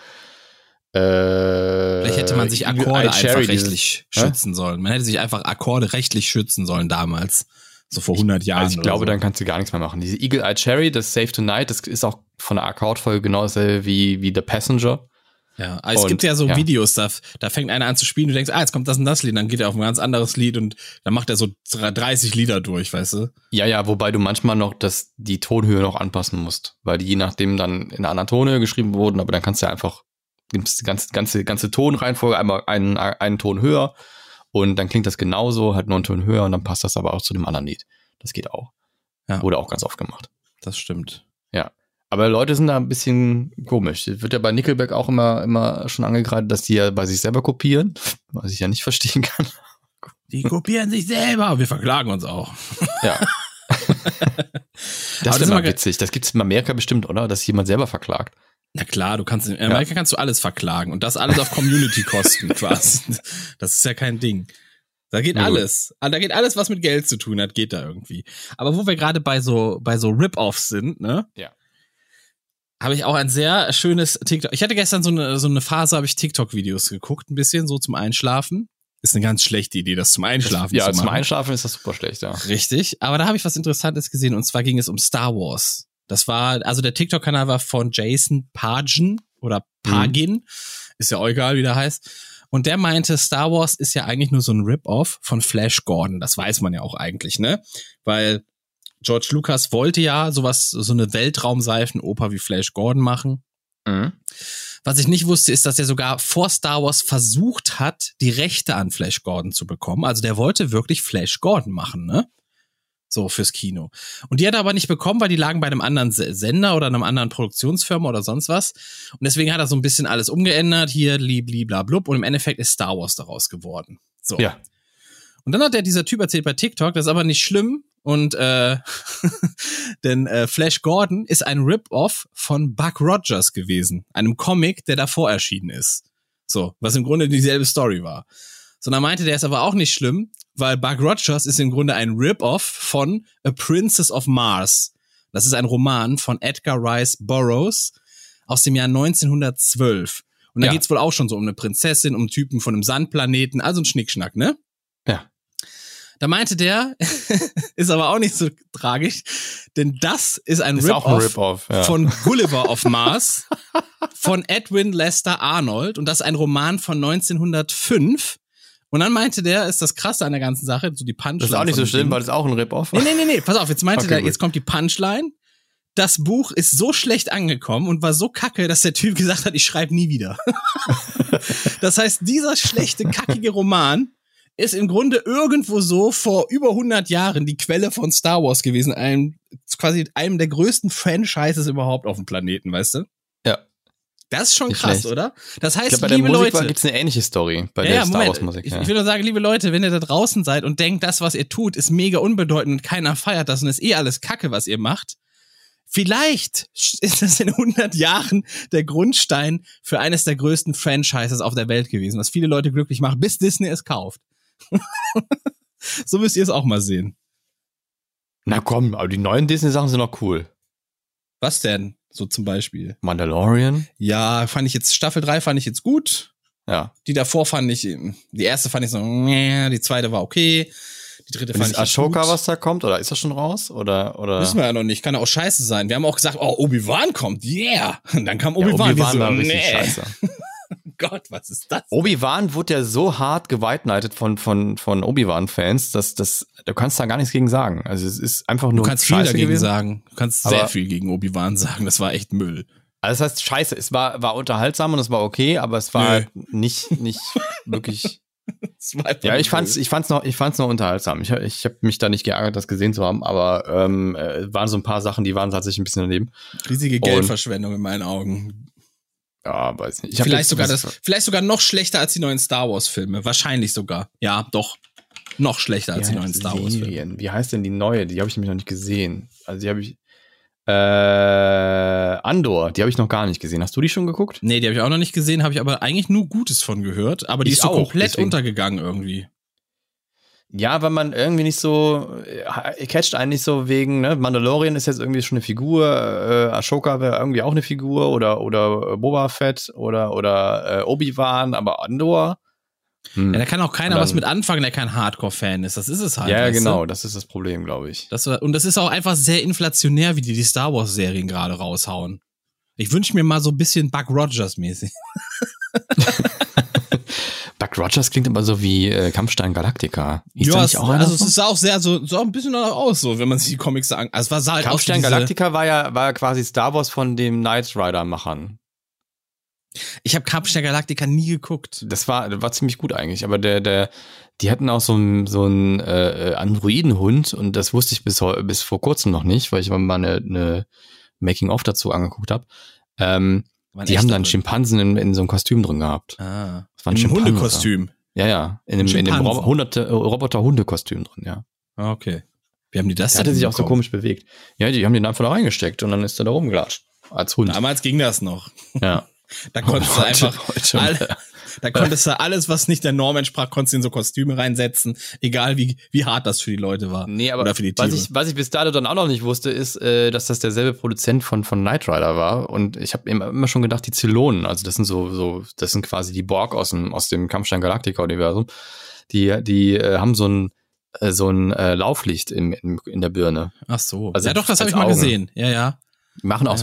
Vielleicht hätte man sich Akkorde einfach rechtlich schützen hä? sollen. Man hätte sich einfach Akkorde rechtlich schützen sollen damals. So vor 100 Jahren. Also ich glaube, so. Dann kannst du gar nichts mehr machen. Diese Eagle Eye Cherry, das Save Tonight, das ist auch von der Akkordfolge genauso wie The Passenger. Ja, aber es gibt ja so Videos, da fängt einer an zu spielen, du denkst, jetzt kommt das und das Lied, dann geht er auf ein ganz anderes Lied und dann macht er so 30 Lieder durch, weißt du? Ja, wobei du manchmal noch die Tonhöhe noch anpassen musst, weil die je nachdem dann in einer anderen Tonhöhe geschrieben wurden, aber dann kannst du ja einfach die ganze Tonreihenfolge einmal einen Ton höher und dann klingt das genauso, halt nur einen Ton höher und dann passt das aber auch zu dem anderen Lied. Das geht auch. Ja. Wurde auch ganz oft gemacht. Das stimmt. Ja. Aber Leute sind da ein bisschen komisch. Es wird ja bei Nickelback auch immer schon angekreidet, dass die ja bei sich selber kopieren, was ich ja nicht verstehen kann. Die kopieren sich selber, wir verklagen uns auch. Ja. Das ist immer witzig. Das gibt's in Amerika bestimmt, oder? Dass jemand selber verklagt. Na klar, in Amerika kannst du alles verklagen und das alles auf Community-Kosten quasi. Das ist ja kein Ding. Da geht alles. Da geht alles, was mit Geld zu tun hat, geht da irgendwie. Aber wo wir gerade bei so Rip-Offs sind, ne? Ja. Habe ich auch ein sehr schönes TikTok. Ich hatte gestern so eine Phase, habe ich TikTok-Videos geguckt, ein bisschen so zum Einschlafen. Ist eine ganz schlechte Idee, das zum Einschlafen zu machen. Ja, zum Einschlafen ist das super schlecht, ja. Richtig, aber da habe ich was Interessantes gesehen und zwar ging es um Star Wars. Das war, also der TikTok-Kanal war von Jason Pagin oder Pagin, ist ja auch egal, wie der heißt. Und der meinte, Star Wars ist ja eigentlich nur so ein Rip-Off von Flash Gordon. Das weiß man ja auch eigentlich, ne? Weil George Lucas wollte ja so eine Weltraumseifenoper wie Flash Gordon machen. Mhm. Was ich nicht wusste, ist, dass er sogar vor Star Wars versucht hat, die Rechte an Flash Gordon zu bekommen. Also der wollte wirklich Flash Gordon machen, ne? So fürs Kino. Und die hat er aber nicht bekommen, weil die lagen bei einem anderen Sender oder einem anderen Produktionsfirma oder sonst was. Und deswegen hat er so ein bisschen alles umgeändert. Hier, bliblablub. Und im Endeffekt ist Star Wars daraus geworden. So. Ja. Und dann hat dieser Typ erzählt bei TikTok, das ist aber nicht schlimm. Und denn Flash Gordon ist ein Rip-Off von Buck Rogers gewesen, einem Comic, der davor erschienen ist. So, was im Grunde dieselbe Story war. So, dann meinte der, ist aber auch nicht schlimm, weil Buck Rogers ist im Grunde ein Rip-Off von A Princess of Mars. Das ist ein Roman von Edgar Rice Burroughs aus dem Jahr 1912. Und da geht's wohl auch schon so um eine Prinzessin, um einen Typen von einem Sandplaneten, also ein Schnickschnack, ne? Ja. Da meinte der, ist aber auch nicht so tragisch, denn das ist ein Rip-Off von Gulliver of Mars von Edwin Lester Arnold und das ist ein Roman von 1905. Und dann meinte der, ist das Krasse an der ganzen Sache, so die Punchline. Das ist auch nicht so schlimm, weil das auch ein Rip-Off war. Nee, pass auf, jetzt meinte der, gut. jetzt kommt die Punchline. Das Buch ist so schlecht angekommen und war so kacke, dass der Typ gesagt hat, ich schreibe nie wieder. Das heißt, dieser schlechte, kackige Roman ist im Grunde irgendwo so vor über 100 Jahren die Quelle von Star Wars gewesen, quasi einem der größten Franchises überhaupt auf dem Planeten, weißt du? Ja. Das ist schon nicht krass, schlecht. Oder? Das heißt, ich glaub, liebe bei der Musik Leute, gibt's eine ähnliche Story bei der Star Wars Musik. Ich will nur sagen, liebe Leute, wenn ihr da draußen seid und denkt, das, was ihr tut, ist mega unbedeutend und keiner feiert das und ist alles Kacke, was ihr macht, vielleicht ist das in 100 Jahren der Grundstein für eines der größten Franchises auf der Welt gewesen, was viele Leute glücklich macht, bis Disney es kauft. So müsst ihr es auch mal sehen. Na komm, aber die neuen Disney-Sachen sind noch cool. Was denn? So zum Beispiel. Mandalorian? Ja, Staffel 3 fand ich jetzt gut. Ja. Die davor die erste fand ich so, die zweite war okay. Die dritte fand ich Ashoka, gut. Was da kommt? Oder ist das schon raus? Oder? Wissen wir ja noch nicht. Kann ja auch scheiße sein. Wir haben auch gesagt, oh, Obi-Wan kommt. Yeah. Und dann kam Obi-Wan. Obi-Wan war richtig scheiße. Gott, was ist das? Obi-Wan wurde ja so hart gewhite-nighted von Obi-Wan-Fans, dass du kannst da gar nichts gegen sagen. Also es ist einfach nur Du kannst viel scheiße dagegen gewesen. sagen. Du kannst sehr viel gegen Obi-Wan sagen. Das war echt Müll. Also das heißt scheiße. Es war unterhaltsam und es war okay, aber es war halt nicht wirklich Ja, ich fand's noch unterhaltsam. Ich habe mich da nicht geärgert, das gesehen zu haben, aber waren so ein paar Sachen, die waren tatsächlich ein bisschen daneben. Riesige Geldverschwendung in meinen Augen. Ja, weiß nicht. Vielleicht sogar noch schlechter als die neuen Star Wars Filme. Wahrscheinlich sogar. Ja, doch. Noch schlechter als die neuen Star Wars Filme. Wie heißt denn die neue? Die habe ich nämlich noch nicht gesehen. Also die habe ich Andor, die habe ich noch gar nicht gesehen. Hast du die schon geguckt? Nee, die habe ich auch noch nicht gesehen, habe ich aber eigentlich nur Gutes von gehört. Aber die ist so komplett untergegangen irgendwie. Ja, weil man irgendwie nicht so, catcht einen nicht so wegen, ne, Mandalorian ist jetzt irgendwie schon eine Figur, Ashoka wäre irgendwie auch eine Figur oder Boba Fett oder Obi-Wan, aber Andor. Ja, da kann auch keiner was mit anfangen, der kein Hardcore-Fan ist. Das ist es halt. Ja, genau, das ist das Problem, glaube ich. Und das ist auch einfach sehr inflationär, wie die Star Wars-Serien gerade raushauen. Ich wünsche mir mal so ein bisschen Buck Rogers-mäßig. Buck Rogers klingt aber so wie Kampfstein Galactica. Ja, es sah auch sehr so ein bisschen danach aus, so, wenn man sich die Comics so also es war halt Kampfstein Galactica war ja quasi Star Wars von dem Knight Rider-Machern. Ich habe Kampfstein Galactica nie geguckt. Das war ziemlich gut eigentlich, aber die hatten auch so einen Androidenhund und das wusste ich bis vor kurzem noch nicht, weil ich mal eine Making-of dazu angeguckt habe. Die haben dann Schimpansen in so einem Kostüm drin gehabt. Ah. Das war ein Hundekostüm. Ja. In dem Roboter-Hundekostüm drin, ja. Okay. Wie haben die das denn? Der hatte sich auch so komisch bewegt. Ja, die haben den einfach da reingesteckt und dann ist er da rumgelatscht. Als Hund. Damals ging das noch. Ja. Da konntest du alles, was nicht der Norm entsprach, konntest du in so Kostüme reinsetzen, egal wie hart das für die Leute war. Nee, aber oder für die Tiere. Was ich bis dato dann auch noch nicht wusste, ist, dass das derselbe Produzent von Knight Rider war. Und ich habe immer schon gedacht, die Zylonen, also das sind quasi die Borg aus dem Kampfstein Galactica Universum, die haben so ein Lauflicht in der Birne. Ach so. Also ja doch, das habe ich mal gesehen. Ja. Die machen auch so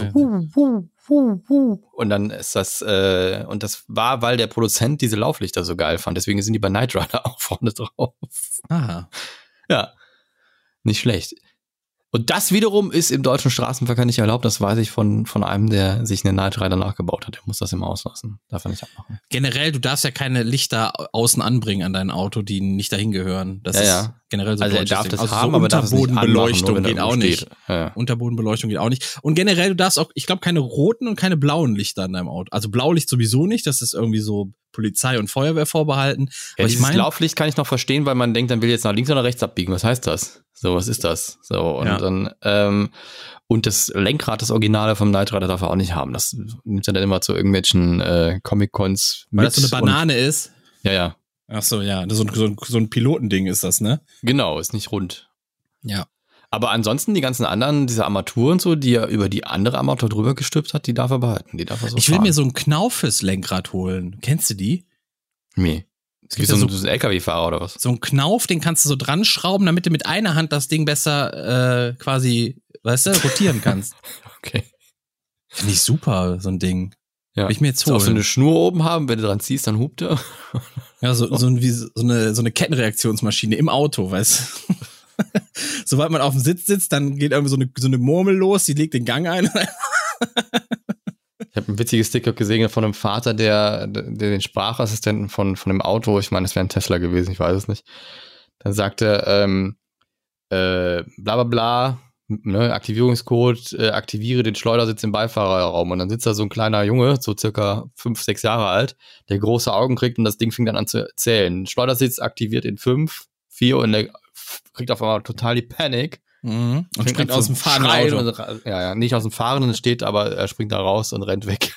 und dann ist das und das war, weil der Produzent diese Lauflichter so geil fand. Deswegen sind die bei Knight Rider auch vorne drauf. Aha. Ja, nicht schlecht. Und das wiederum ist im deutschen Straßenverkehr nicht erlaubt. Das weiß ich von einem, der sich einen Knight Rider nachgebaut hat. Der muss das immer auslassen. Darf er nicht abmachen. Generell, du darfst ja keine Lichter außen anbringen an dein Auto, die nicht dahin gehören. Das ist generell so. Also er darf das haben, so aber darf es nicht anmachen, Unterbodenbeleuchtung geht auch nicht. Ja. Unterbodenbeleuchtung geht auch nicht. Und generell, du darfst auch, ich glaube, keine roten und keine blauen Lichter an deinem Auto. Also Blaulicht sowieso nicht. Das ist irgendwie so Polizei und Feuerwehr vorbehalten. Ja, aber dieses Lauflicht kann ich noch verstehen, weil man denkt, dann will jetzt nach links oder rechts abbiegen. Was heißt das? So, was ist das? So, und dann, und das Lenkrad, das Originale vom Knight Rider darf er auch nicht haben. Das nimmt er dann immer zu irgendwelchen Comic-Cons mit. Weil das so eine Banane ist? Ja. Ach so, ja. So ein Pilotending ist das, ne? Genau, ist nicht rund. Ja. Aber ansonsten die ganzen anderen, diese Armaturen und so, die er über die andere Armatur drüber gestülpt hat, die darf er behalten. Die darf er so Ich will mir so einen Knauf fürs Lenkrad holen. Kennst du die? Nee. Wie so ein LKW-Fahrer oder was? So ein Knauf, den kannst du so dran schrauben, damit du mit einer Hand das Ding besser quasi, weißt du, rotieren kannst. Okay. Finde ich super, so ein Ding. Ja. Will ich mir jetzt holen. Auch so eine Schnur oben haben, wenn du dran ziehst, dann hupt er. Ja, so eine Kettenreaktionsmaschine im Auto, weißt du. Sobald man auf dem Sitz sitzt, dann geht irgendwie so eine Murmel los, die legt den Gang ein. Ich habe ein witziges TikTok gesehen von einem Vater, der den Sprachassistenten von dem Auto, ich meine, es wäre ein Tesla gewesen, ich weiß es nicht, dann sagte bla bla bla, ne, Aktivierungscode, aktiviere den Schleudersitz im Beifahrerraum und dann sitzt da so ein kleiner Junge, so circa 5, 6 Jahre alt, der große Augen kriegt und das Ding fing dann an zu zählen. Schleudersitz aktiviert in 5, 4 und der kriegt auf einmal total die Panik. Mhm. Und springt aus dem fahrenden Auto. Ja, nicht aus dem fahrenden steht, aber er springt da raus und rennt weg.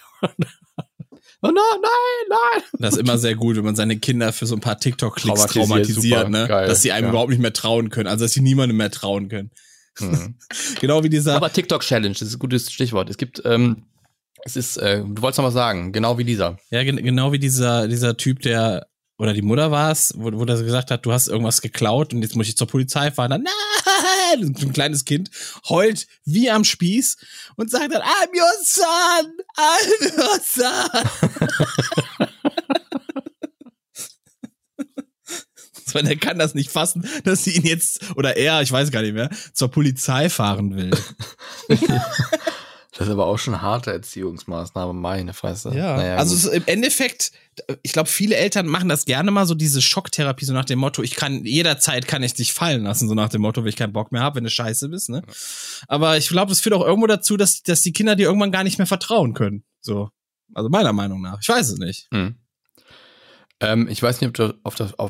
Oh nein. Das ist immer sehr gut, wenn man seine Kinder für so ein paar TikTok-Klicks traumatisiert, ne? Geil, dass sie einem überhaupt nicht mehr trauen können, also dass sie niemandem mehr trauen können. Genau wie dieser. Aber TikTok-Challenge, das ist ein gutes Stichwort. Es gibt, du wolltest noch was sagen, genau wie dieser. Ja, genau wie dieser Typ, der, oder die Mutter war es, wo der gesagt hat, du hast irgendwas geklaut und jetzt muss ich zur Polizei fahren. Dann, nein! Und ein kleines Kind heult wie am Spieß und sagt dann, I'm your son! Weil er kann das nicht fassen, dass sie ihn jetzt, oder er, ich weiß gar nicht mehr, zur Polizei fahren will. Das ist aber auch schon harte Erziehungsmaßnahme, meine Fresse. Ja, naja, also gut. es ist im Endeffekt, ich glaube, viele Eltern machen das gerne mal, so diese Schocktherapie, so nach dem Motto, jederzeit kann ich dich fallen lassen, so nach dem Motto, wenn ich keinen Bock mehr habe, wenn du scheiße bist, ne? Aber ich glaube, das führt auch irgendwo dazu, dass die Kinder dir irgendwann gar nicht mehr vertrauen können. So. Also meiner Meinung nach. Ich weiß es nicht. Ich weiß nicht, ob du auf das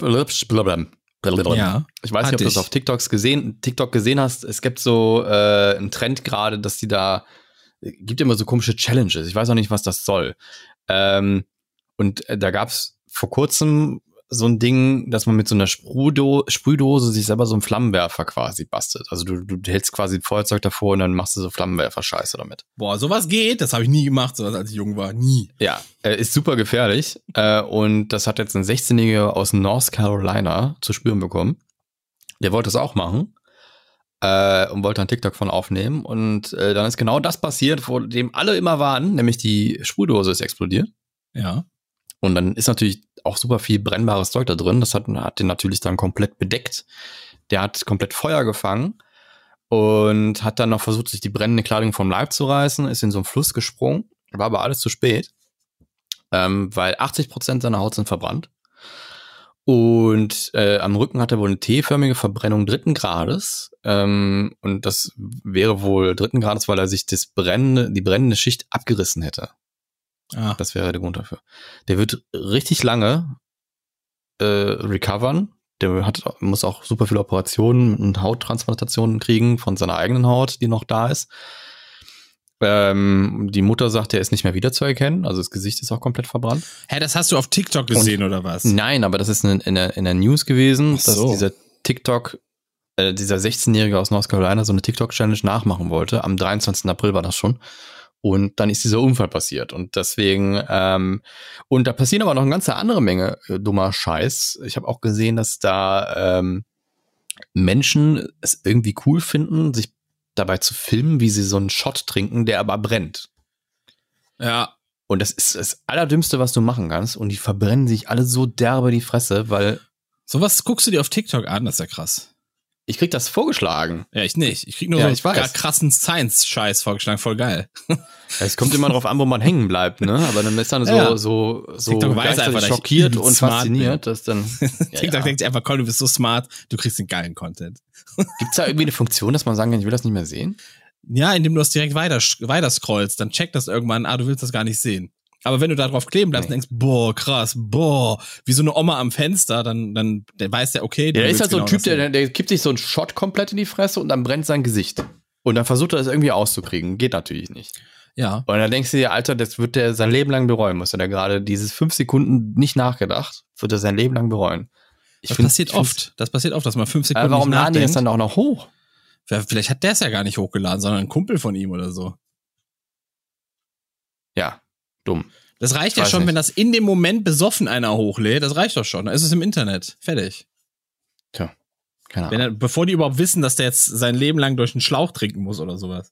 Ja, ich weiß nicht, ob du das auf TikTok gesehen hast. Es gibt so einen Trend gerade, dass die da gibt immer so komische Challenges. Ich weiß auch nicht, was das soll. Und da gab's vor kurzem so ein Ding, dass man mit so einer Sprühdose sich selber so einen Flammenwerfer quasi bastelt. Also du hältst quasi ein Feuerzeug davor und dann machst du so Flammenwerfer-Scheiße damit. Boah, sowas geht. Das habe ich nie gemacht, sowas als ich jung war. Nie. Ja, ist super gefährlich. Und das hat jetzt ein 16-Jähriger aus North Carolina zu spüren bekommen. Der wollte es auch machen. Und wollte einen TikTok von aufnehmen. Und dann ist genau das passiert, vor dem alle immer warnen, nämlich die Sprühdose ist explodiert. Ja. Und dann ist natürlich auch super viel brennbares Zeug da drin. Das hat den natürlich dann komplett bedeckt. Der hat komplett Feuer gefangen und hat dann noch versucht, sich die brennende Kleidung vom Leib zu reißen, ist in so einen Fluss gesprungen. War aber alles zu spät, weil 80% seiner Haut sind verbrannt. Und am Rücken hat er wohl eine T-förmige Verbrennung 3. Grades. Und das wäre wohl 3. Grades, weil er sich die brennende Schicht abgerissen hätte. Ah. Das wäre der Grund dafür. Der wird richtig lange recovern. Der muss auch super viele Operationen und Hauttransplantationen kriegen von seiner eigenen Haut, die noch da ist. Die Mutter sagt, er ist nicht mehr wiederzuerkennen. Also das Gesicht ist auch komplett verbrannt. Hä, das hast du auf TikTok gesehen oder was? Nein, aber das ist in der News gewesen, Ach so. dass dieser dieser 16-Jährige aus North Carolina so eine TikTok-Challenge nachmachen wollte. Am 23. April war das schon. Und dann ist dieser Unfall passiert. Und deswegen, und da passieren aber noch eine ganze andere Menge dummer Scheiß. Ich habe auch gesehen, dass da Menschen es irgendwie cool finden, sich dabei zu filmen, wie sie so einen Shot trinken, der aber brennt. Ja. Und das ist das Allerdümmste, was du machen kannst. Und die verbrennen sich alle so derbe die Fresse, weil Sowas guckst du dir auf TikTok an, das ist ja krass. ich krieg das vorgeschlagen. Ja, ich nicht. Ich krieg nur Ja, so ich weiß. krassen Science-Scheiß vorgeschlagen, voll geil. Es kommt immer drauf an, wo man hängen bleibt, ne? Aber dann ist dann Ja. so TikTok weiß einfach, dass ich schockiert übelst und smart fasziniert, dass dann TikTok denkt sich einfach, komm, du bist so smart, du kriegst den geilen Content. Gibt's da irgendwie eine Funktion, dass man sagen kann, ich will das nicht mehr sehen? Ja, indem du das direkt weiter scrollst, dann checkt das irgendwann, du willst das gar nicht sehen. Aber wenn du da drauf kleben bleibst und denkst, boah, krass, boah, wie so eine Oma am Fenster, dann weiß der, okay, du Der ist willst halt so ein genau Typ, das sehen. der kippt sich so einen Shot komplett in die Fresse und dann brennt sein Gesicht. Und dann versucht er das irgendwie auszukriegen. Geht natürlich nicht. Ja. Und dann denkst du dir, Alter, das wird der sein Leben lang bereuen. Muss er da gerade dieses 5 Sekunden nicht nachgedacht, wird er sein Leben lang bereuen. Das passiert oft, dass man 5 Sekunden Warum nicht laden die das nachdenkt. dann auch noch hoch? Vielleicht hat der es ja gar nicht hochgeladen, sondern ein Kumpel von ihm oder so. Ja, dumm. Das reicht Ich ja weiß schon, nicht. wenn das in dem Moment besoffen einer hochlädt. Das reicht doch schon. Da ist es im Internet. Fertig. Tja, keine Ahnung. Bevor die überhaupt wissen, dass der jetzt sein Leben lang durch einen Schlauch trinken muss oder sowas.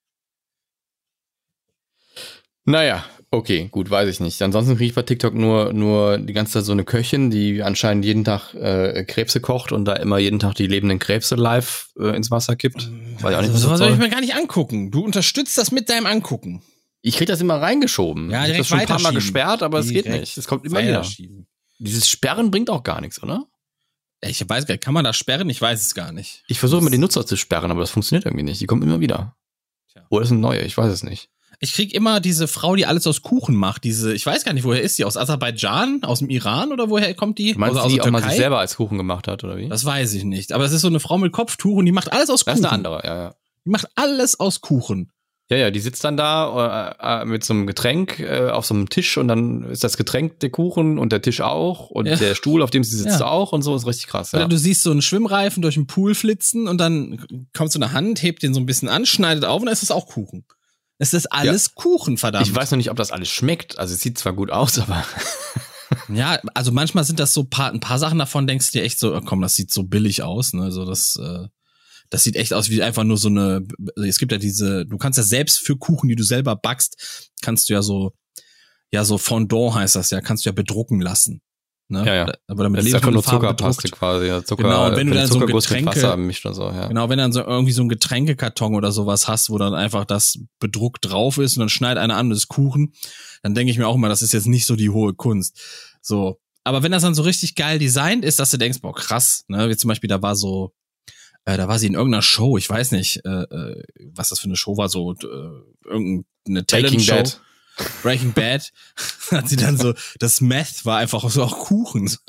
Naja, okay, gut, weiß ich nicht. Ansonsten kriege ich bei TikTok nur die ganze Zeit so eine Köchin, die anscheinend jeden Tag Krebse kocht und da immer jeden Tag die lebenden Krebse live ins Wasser kippt. Weiß ich auch nicht, was das Sowas soll ich soll. mir gar nicht angucken. Du unterstützt das mit deinem Angucken. Ich krieg das immer reingeschoben. Ja, ich hab direkt das schon ein paar Mal weiterschieben. gesperrt, aber es geht Direkt nicht. Es kommt immer wieder. weiterschieben. Dieses Sperren bringt auch gar nichts, oder? Ich weiß gar nicht, kann man das sperren? Ich weiß es gar nicht. Ich versuche immer die Nutzer zu sperren, aber das funktioniert irgendwie nicht. Die kommen immer wieder. Tja. Oder es sind neue, ich weiß es nicht. Ich krieg immer diese Frau, die alles aus Kuchen macht. Ich weiß gar nicht, woher ist die? Aus Aserbaidschan? Aus dem Iran? Oder woher kommt die? Du meinst, aus die der auch mal Türkei? sich selber als Kuchen gemacht hat, oder wie? Das weiß ich nicht. Aber es ist so eine Frau mit Kopftuch und die macht alles aus Das Kuchen. ist eine andere, ja. Die macht alles aus Kuchen. Ja, die sitzt dann da mit so einem Getränk auf so einem Tisch und dann ist das Getränk der Kuchen und der Tisch auch und Ja. der Stuhl, auf dem sie sitzt, Ja. auch und so, ist richtig krass. Ja. Oder du siehst so einen Schwimmreifen durch den Pool flitzen und dann kommt so eine Hand, hebt den so ein bisschen an, schneidet auf und dann ist es auch Kuchen. Es ist alles Kuchen, verdammt. Ich weiß noch nicht, ob das alles schmeckt. Also es sieht zwar gut aus, aber Ja, also manchmal sind das so ein paar Sachen davon, denkst du dir echt so, oh komm, das sieht so billig aus, ne? Also das sieht echt aus wie einfach nur so eine, es gibt ja du kannst ja selbst für Kuchen, die du selber backst, kannst du ja so Fondant heißt das ja, kannst du ja bedrucken lassen. Ne? Ja. Aber damit das ist einfach nur Zuckerpaste quasi. Ja, genau, und wenn du dann so ein mit Wasser mischt und so, ja. Genau, wenn dann so irgendwie so ein Getränkekarton oder sowas hast, wo dann einfach das bedruckt drauf ist und dann schneidet einer an, das ist Kuchen, dann denke ich mir auch immer, das ist jetzt nicht so die hohe Kunst. So. Aber wenn das dann so richtig geil designt ist, dass du denkst, boah, krass, ne, wie zum Beispiel, da war sie in irgendeiner Show, ich weiß nicht, was das für eine Show war, so irgendeine Talent-Show. Breaking Bad, hat sie dann so, das Meth war einfach so auch Kuchen. Es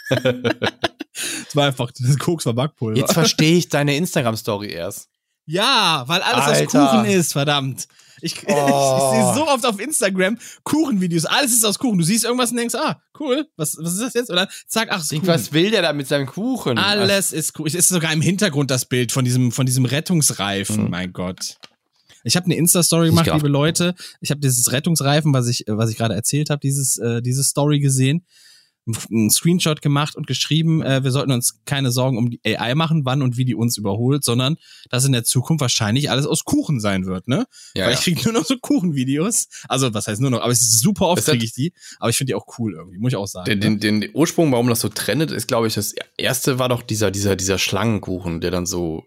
war einfach, das Koks war Backpulver. Jetzt verstehe ich deine Instagram-Story erst. Ja, weil alles Alter. aus Kuchen ist, verdammt. Ich sehe so oft auf Instagram Kuchenvideos, alles ist aus Kuchen. Du siehst irgendwas und denkst, cool, was ist das jetzt? Und dann zack, ach, Kuchen. Was will der da mit seinem Kuchen? Alles ist Kuchen. Es ist sogar im Hintergrund das Bild von diesem Rettungsreifen, mein Gott. Ich habe eine Insta-Story gemacht, liebe Leute. Ich habe dieses Rettungsreifen, was ich gerade erzählt habe, diese Story gesehen, einen Screenshot gemacht und geschrieben, wir sollten uns keine Sorgen um die AI machen, wann und wie die uns überholt, sondern dass in der Zukunft wahrscheinlich alles aus Kuchen sein wird, ne? Ja, weil ich kriege nur noch so Kuchenvideos. Also was heißt nur noch, aber es ist super oft kriege ich die, aber ich finde die auch cool irgendwie, muss ich auch sagen. Den Ursprung, warum das so trendet, ist, glaube ich, das erste war doch dieser Schlangenkuchen, der dann so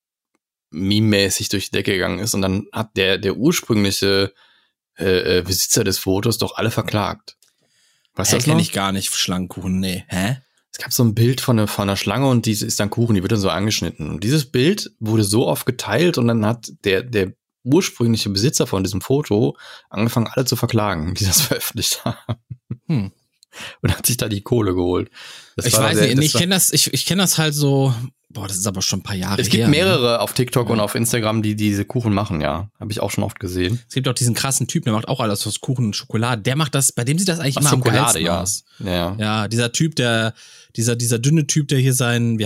meme-mäßig durch die Decke gegangen ist und dann hat der ursprüngliche Besitzer des Fotos doch alle verklagt. Weißt du das noch? Kenn ich gar nicht, Schlangenkuchen, nee. Hä? Es gab so ein Bild von einer Schlange und die ist dann Kuchen, die wird dann so angeschnitten. Und dieses Bild wurde so oft geteilt und dann hat der ursprüngliche Besitzer von diesem Foto angefangen, alle zu verklagen, die das veröffentlicht haben. Und hat sich da die Kohle geholt. Ich weiß nicht, ich kenne das halt so, boah, das ist aber schon ein paar Jahre her. Es gibt mehrere auf TikTok und auf Instagram, die diese Kuchen machen, ja. Habe ich auch schon oft gesehen. Es gibt auch diesen krassen Typ, der macht auch alles aus Kuchen und Schokolade. Der macht das, bei dem sieht das eigentlich immer am geilsten aus. Ja, dieser Typ, dieser dünne Typ, der hier seinen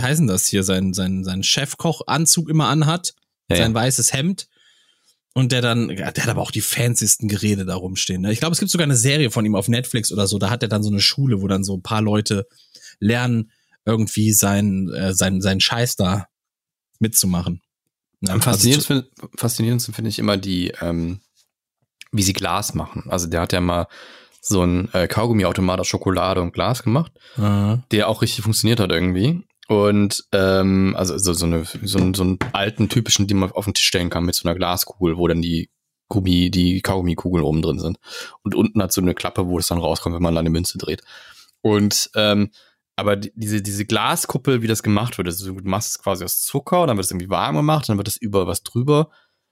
seinen Chefkochanzug immer anhat, sein weißes Hemd. Und der hat aber auch die fancysten Geräte da rumstehen. Ne? Ich glaube, es gibt sogar eine Serie von ihm auf Netflix oder so. Da hat er dann so eine Schule, wo dann so ein paar Leute lernen, irgendwie seinen Scheiß da mitzumachen. Ja, am faszinierendsten finde ich immer die, wie sie Glas machen. Also der hat ja mal so einen Kaugummiautomat aus Schokolade und Glas gemacht, der auch richtig funktioniert hat irgendwie. Und also so einen alten typischen, den man auf den Tisch stellen kann mit so einer Glaskugel, wo dann die Kaugummikugeln oben drin sind. Und unten hat so eine Klappe, wo es dann rauskommt, wenn man da eine Münze dreht. Und aber diese Glaskuppel, wie das gemacht wird, also du machst es quasi aus Zucker, dann wird es irgendwie warm gemacht, dann wird es über was drüber,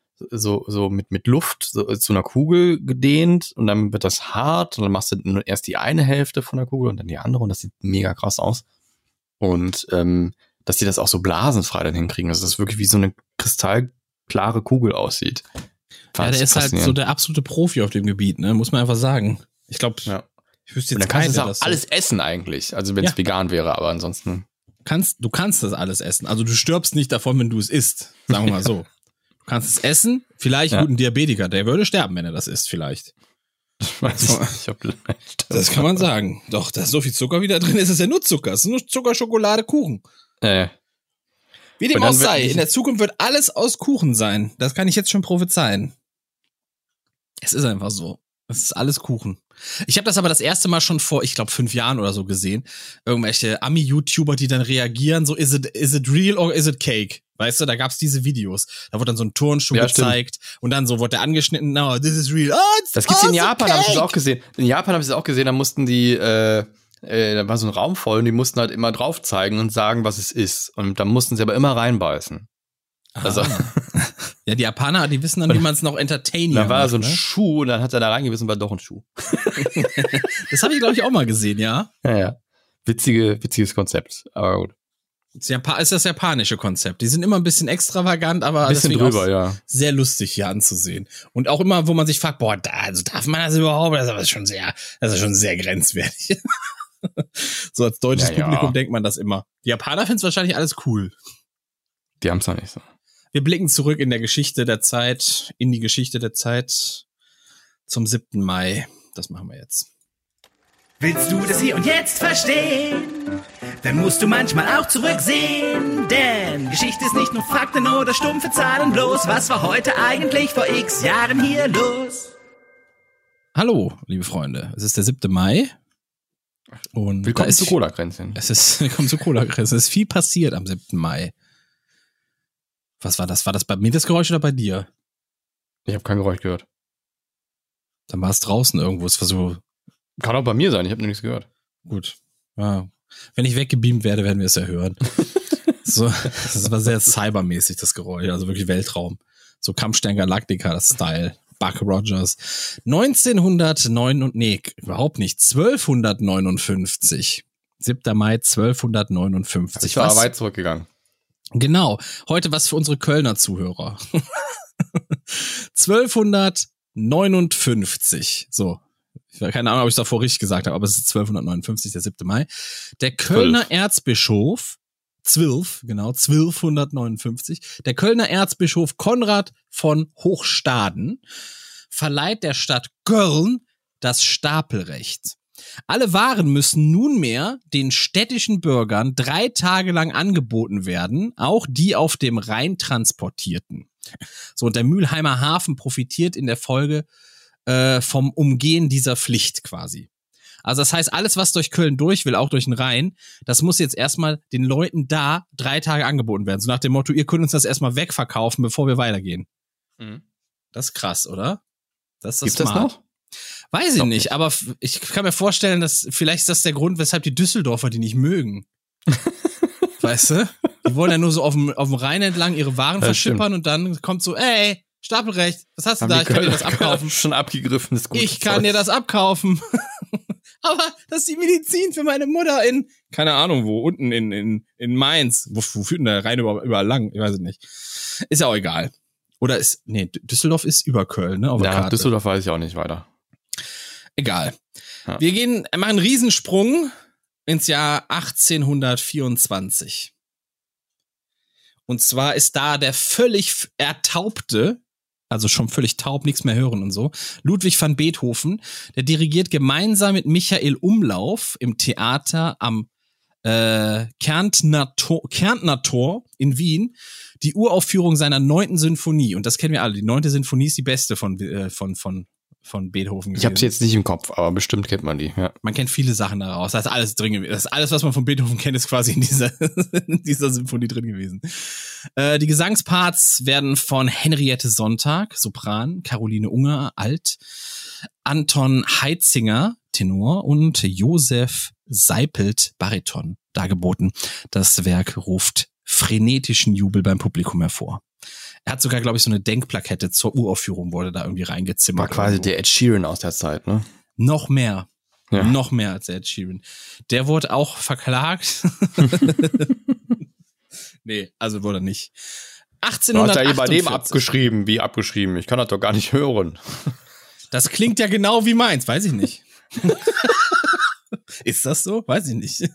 so mit Luft zu einer Kugel gedehnt und dann wird das hart und dann machst du erst die eine Hälfte von der Kugel und dann die andere und das sieht mega krass aus. Und dass die das auch so blasenfrei dann hinkriegen, dass das wirklich wie so eine kristallklare Kugel aussieht. Ja, der ist halt so der absolute Profi auf dem Gebiet, ne? Muss man einfach sagen. Ich glaube, ich wüsste jetzt dann kannst du auch alles essen eigentlich, also wenn es vegan wäre, aber ansonsten. Du kannst das alles essen. Also du stirbst nicht davon, wenn du es isst, sagen wir mal so. Du kannst es essen, vielleicht guten Diabetiker, der würde sterben, wenn er das isst, vielleicht. Das kann man sagen. Doch, da ist so viel Zucker wieder drin, ist ja nur Zucker. Es ist nur Zucker, Schokolade, Kuchen. Wie dem auch sei, in der Zukunft wird alles aus Kuchen sein. Das kann ich jetzt schon prophezeien. Es ist einfach so. Es ist alles Kuchen. Ich habe das aber das erste Mal schon vor, ich glaube, 5 Jahren oder so gesehen. Irgendwelche Ami-YouTuber, die dann reagieren, so, is it real or is it cake? Weißt du, da gab's diese Videos. Da wurde dann so ein Turnschuh gezeigt und dann so wurde der angeschnitten, no, this is real. Oh, das gibt's in Japan, habe ich das auch gesehen. In Japan habe ich das auch gesehen, da mussten die, da war so ein Raum voll und die mussten halt immer drauf zeigen und sagen, was es ist. Und dann mussten sie aber immer reinbeißen. Also. Ja, die Japaner, die wissen dann, wie man es noch entertaining macht. Da war so ein Schuh und dann hat er da reingebissen, war doch ein Schuh. Das habe ich, glaube ich, auch mal gesehen, ja. Ja. Witziges Konzept, aber gut. Ist das japanische Konzept. Die sind immer ein bisschen extravagant, aber ein bisschen drüber, sehr lustig hier anzusehen. Und auch immer, wo man sich fragt, boah, also darf man das überhaupt? Das ist schon sehr grenzwertig. So als deutsches Publikum denkt man das immer. Die Japaner finden es wahrscheinlich alles cool. Die haben es noch nicht so. Wir blicken zurück in die Geschichte der Zeit zum 7. Mai. Das machen wir jetzt. Willst du das hier und jetzt verstehen? Dann musst du manchmal auch zurücksehen. Denn Geschichte ist nicht nur Fakten oder stumpfe Zahlen bloß. Was war heute eigentlich vor x Jahren hier los? Hallo, liebe Freunde. Es ist der 7. Mai. Und Willkommen zu Cola-Kränzchen. Willkommen zu Cola-Kränzchen. Es ist viel passiert am 7. Mai. Was war das? War das bei mir das Geräusch oder bei dir? Ich habe kein Geräusch gehört. Dann war es draußen irgendwo. Es war so. Kann auch bei mir sein, ich habe noch nichts gehört. Gut. Ja. Wenn ich weggebeamt werde, werden wir es ja hören. So, das war sehr cybermäßig, das Geräusch. Also wirklich Weltraum. So Kampfstern Galactica-Style. Buck Rogers. 1259. 7. Mai 1259. Ich war weit zurückgegangen. Genau. Heute was für unsere Kölner Zuhörer. 1259. So. Ich habe keine Ahnung, ob ich es davor richtig gesagt habe, aber es ist 1259, der 7. Mai. Der Kölner Erzbischof 1259. Der Kölner Erzbischof Konrad von Hochstaden verleiht der Stadt Köln das Stapelrecht. Alle Waren müssen nunmehr den städtischen Bürgern 3 Tage lang angeboten werden, auch die auf dem Rhein transportierten. So, und der Mülheimer Hafen profitiert in der Folge vom Umgehen dieser Pflicht quasi. Also das heißt, alles, was durch Köln durch will, auch durch den Rhein, das muss jetzt erstmal den Leuten da 3 Tage angeboten werden. So nach dem Motto, ihr könnt uns das erstmal wegverkaufen, bevor wir weitergehen. Mhm. Das ist krass, oder? Das ist das Gibt smart. Das noch? Weiß ich nicht, aber ich kann mir vorstellen, dass vielleicht ist das der Grund, weshalb die Düsseldorfer die nicht mögen. Weißt du? Die wollen ja nur so auf dem Rhein entlang ihre Waren verschippern und dann kommt so, ey, Stapelrecht, was hast du da? Ich kann dir das abkaufen. Schon abgegriffen, ist gut. Ich kann dir das abkaufen. Aber das ist die Medizin für meine Mutter in, keine Ahnung wo, unten in Mainz. Wo führt denn der Rhein überall lang? Ich weiß es nicht. Ist ja auch egal. Oder Düsseldorf ist über Köln, ne? Auf der Karte. Düsseldorf weiß ich auch nicht weiter. Egal. Ja. Wir machen einen Riesensprung ins Jahr 1824. Und zwar ist da der völlig ertaubte, also schon völlig taub, nichts mehr hören und so, Ludwig van Beethoven, der dirigiert gemeinsam mit Michael Umlauf im Theater am Kärntner Tor in Wien die Uraufführung seiner 9. Sinfonie. Und das kennen wir alle. Die 9. Sinfonie ist die beste von Beethoven gewesen. Ich habe sie jetzt nicht im Kopf, aber bestimmt kennt man die. Ja. Man kennt viele Sachen daraus. Das ist alles drin gewesen. Das ist alles, was man von Beethoven kennt, ist quasi in dieser Sinfonie drin gewesen. Die Gesangsparts werden von Henriette Sonntag, Sopran, Caroline Unger, Alt, Anton Heitzinger, Tenor und Josef Seipelt, Bariton, dargeboten. Das Werk ruft frenetischen Jubel beim Publikum hervor. Er hat sogar, glaube ich, so eine Denkplakette zur Uraufführung, wurde da irgendwie reingezimmert. War quasi der Ed Sheeran aus der Zeit, ne? Noch mehr. Ja. Noch mehr als der Ed Sheeran. Der wurde auch verklagt. Nee, also wurde nicht. 1858. Du hast ja bei dem abgeschrieben. Wie abgeschrieben? Ich kann das doch gar nicht hören. Das klingt ja genau wie meins. Weiß ich nicht. Ist das so? Weiß ich nicht.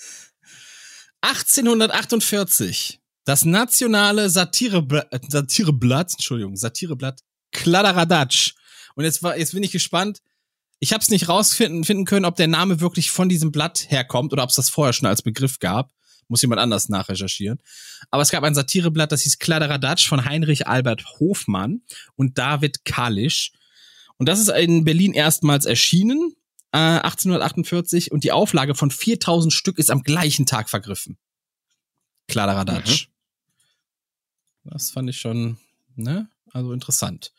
1848. Das nationale Satireblatt Kladderadatsch. Und jetzt bin ich gespannt. Ich habe es nicht rausfinden können, ob der Name wirklich von diesem Blatt herkommt oder ob es das vorher schon als Begriff gab. Muss jemand anders nachrecherchieren. Aber es gab ein Satireblatt, das hieß Kladderadatsch von Heinrich Albert Hofmann und David Kalisch. Und das ist in Berlin erstmals erschienen, 1848. Und die Auflage von 4000 Stück ist am gleichen Tag vergriffen. Kladderadatsch. Das fand ich schon, ne? Also interessant.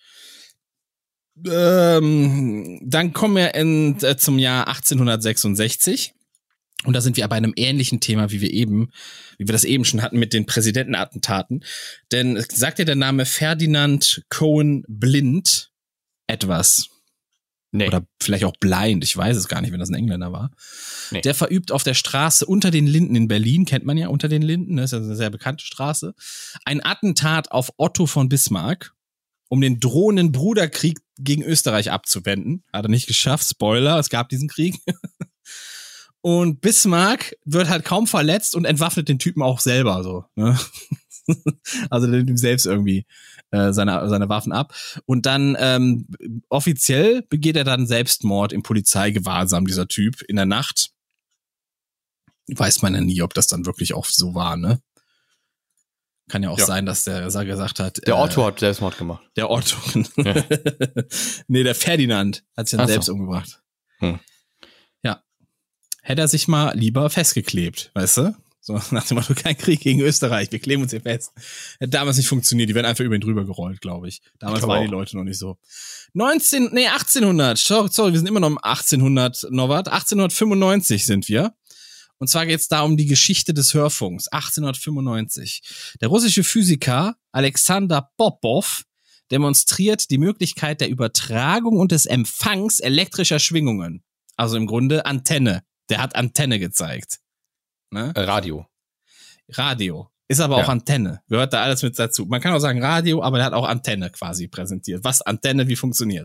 Dann kommen wir zum Jahr 1866. Und da sind wir bei einem ähnlichen Thema, wie wir das eben schon hatten mit den Präsidentenattentaten. Denn sagt dir der Name Ferdinand Cohen Blind etwas? Nee. Oder vielleicht auch Blind, ich weiß es gar nicht, wenn das ein Engländer war. Nee. Der verübt auf der Straße Unter den Linden in Berlin, kennt man ja, Unter den Linden, das ist eine sehr bekannte Straße, ein Attentat auf Otto von Bismarck, um den drohenden Bruderkrieg gegen Österreich abzuwenden. Hat er nicht geschafft, Spoiler, es gab diesen Krieg. Und Bismarck wird halt kaum verletzt und entwaffnet den Typen auch selber so. Ne? Also der nimmt ihm selbst irgendwie seine Waffen ab. Und dann offiziell begeht er dann Selbstmord im Polizeigewahrsam, dieser Typ, in der Nacht. Weiß man ja nie, ob das dann wirklich auch so war, ne? Kann ja auch sein, dass der gesagt hat. Der Otto hat Selbstmord gemacht. Der Otto. Ja. Nee, der Ferdinand hat sich dann selbst umgebracht. Ja. hätte er sich mal lieber festgeklebt, weißt du? So nach dem Motto, kein Krieg gegen Österreich, wir kleben uns hier fest. Hätte damals nicht funktioniert, die werden einfach über ihn drüber gerollt, glaube ich. Damals waren die Leute noch nicht so. 1800, sorry, wir sind immer noch im 1800, Norbert. 1895 sind wir. Und zwar geht es da um die Geschichte des Hörfunks. 1895. Der russische Physiker Alexander Popov demonstriert die Möglichkeit der Übertragung und des Empfangs elektrischer Schwingungen. Also im Grunde Antenne. Der hat Antenne gezeigt. Ne? Radio. Ist aber auch Antenne. Gehört da alles mit dazu. Man kann auch sagen Radio, aber der hat auch Antenne quasi präsentiert. Was Antenne, wie funktioniert.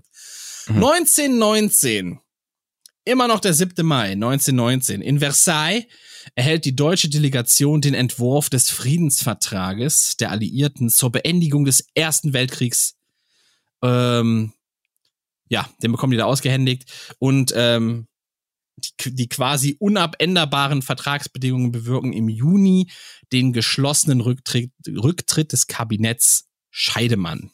1919. Immer noch der 7. Mai 1919. In Versailles erhält die deutsche Delegation den Entwurf des Friedensvertrages der Alliierten zur Beendigung des Ersten Weltkriegs. Den bekommen die da ausgehändigt. Und die quasi unabänderbaren Vertragsbedingungen bewirken im Juni den geschlossenen Rücktritt des Kabinetts Scheidemann.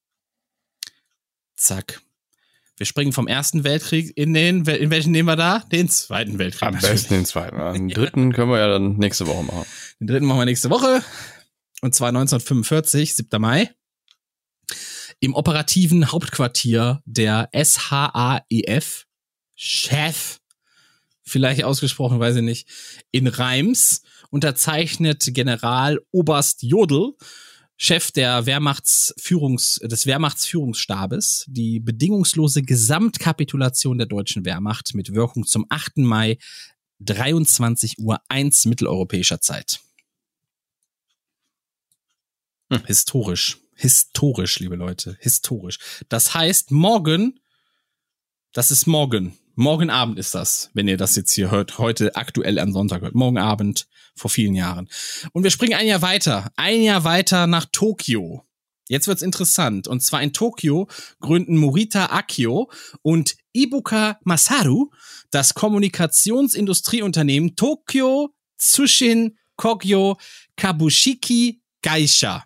Zack. Wir springen vom Ersten Weltkrieg in welchen nehmen wir da? Den Zweiten Weltkrieg. Am besten den Zweiten. Den dritten können wir ja dann nächste Woche machen. Den dritten machen wir nächste Woche. Und zwar 1945, 7. Mai. Im operativen Hauptquartier der SHAEF, Chef, vielleicht ausgesprochen, weiß ich nicht, in Reims, unterzeichnet General Oberst Jodl, Chef der des Wehrmachtsführungsstabes, die bedingungslose Gesamtkapitulation der deutschen Wehrmacht mit Wirkung zum 8. Mai 23:01 Uhr mitteleuropäischer Zeit. Historisch, liebe Leute, historisch. Das heißt, morgen Abend ist das, wenn ihr das jetzt hier hört, heute aktuell am Sonntag hört. Morgen Abend, vor vielen Jahren. Und wir springen ein Jahr weiter nach Tokio. Jetzt wird's interessant. Und zwar in Tokio gründen Morita Akio und Ibuka Masaru das Kommunikationsindustrieunternehmen Tokyo Tsushin Kogyo Kabushiki Gaisha.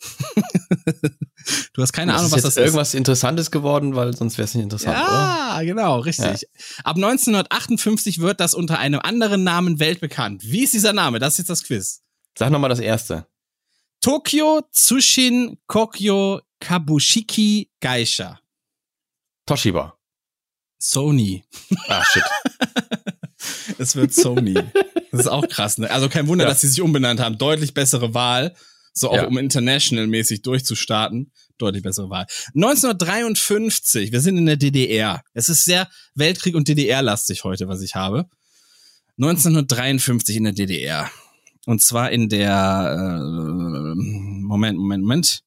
Du hast keine Ahnung, was das ist. Irgendwas Interessantes geworden, weil sonst wäre es nicht interessant, oder? Ja, genau, richtig. Ja. Ab 1958 wird das unter einem anderen Namen weltbekannt. Wie ist dieser Name? Das ist jetzt das Quiz. Sag nochmal das erste. Tokyo Tsushin Kogyo Kabushiki Gaisha. Toshiba. Sony. Ah, shit. Es wird Sony. Das ist auch krass, ne? Also kein Wunder, dass sie sich umbenannt haben. Deutlich bessere Wahl. So auch um international-mäßig durchzustarten. Deutlich bessere Wahl. 1953, wir sind in der DDR. Es ist sehr Weltkrieg- und DDR-lastig heute, was ich habe. 1953 in der DDR. Und zwar in der Moment.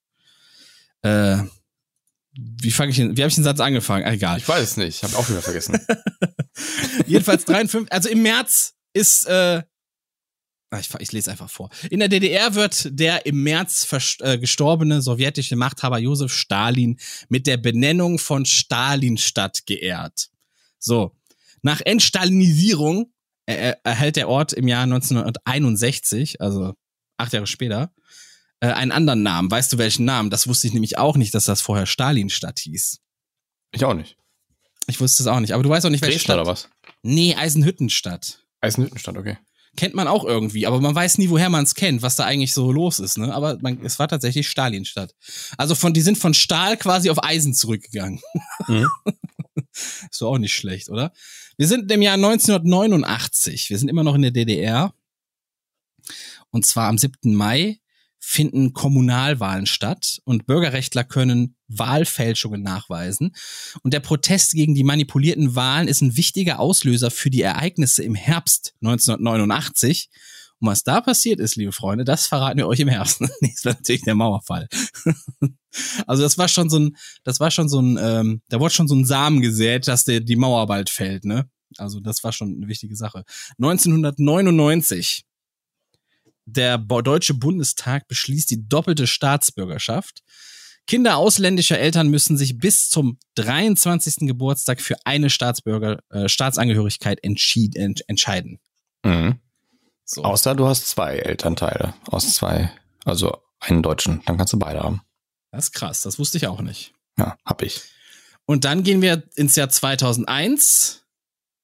Wie habe ich den Satz angefangen? Egal. Ich weiß es nicht, ich habe auch wieder vergessen. Jedenfalls 53, also im März ist ich lese einfach vor. In der DDR wird der im März gestorbene sowjetische Machthaber Josef Stalin mit der Benennung von Stalinstadt geehrt. So. Nach Entstalinisierung erhält der Ort im Jahr 1961, also 8 Jahre später, einen anderen Namen. Weißt du welchen Namen? Das wusste ich nämlich auch nicht, dass das vorher Stalinstadt hieß. Ich auch nicht. Ich wusste es auch nicht. Aber du weißt auch nicht, welche Stadt. Oder was? Nee, Eisenhüttenstadt. Eisenhüttenstadt, okay. Kennt man auch irgendwie, aber man weiß nie, woher man es kennt, was da eigentlich so los ist, ne? Aber es war tatsächlich Stalinstadt. Also die sind von Stahl quasi auf Eisen zurückgegangen. Mhm. Ist doch auch nicht schlecht, oder? Wir sind im Jahr 1989. Wir sind immer noch in der DDR. Und zwar am 7. Mai finden Kommunalwahlen statt und Bürgerrechtler können Wahlfälschungen nachweisen. Und der Protest gegen die manipulierten Wahlen ist ein wichtiger Auslöser für die Ereignisse im Herbst 1989. Und was da passiert ist, liebe Freunde, das verraten wir euch im Herbst. Das war natürlich der Mauerfall. Also da wurde schon so ein Samen gesät, dass die Mauer bald fällt, ne? Also das war schon eine wichtige Sache. 1999. Der Deutsche Bundestag beschließt die doppelte Staatsbürgerschaft. Kinder ausländischer Eltern müssen sich bis zum 23. Geburtstag für eine Staatsangehörigkeit entscheiden. Mhm. So. Außer du hast 2 Elternteile. Also einen Deutschen. Dann kannst du beide haben. Das ist krass, das wusste ich auch nicht. Ja, hab ich. Und dann gehen wir ins Jahr 2001.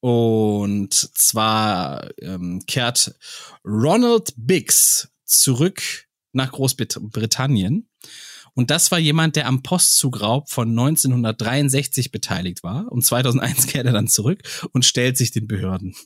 Und zwar kehrt Ronald Biggs zurück nach Großbritannien. Und das war jemand, der am Postzugraub von 1963 beteiligt war. Und 2001 kehrt er dann zurück und stellt sich den Behörden.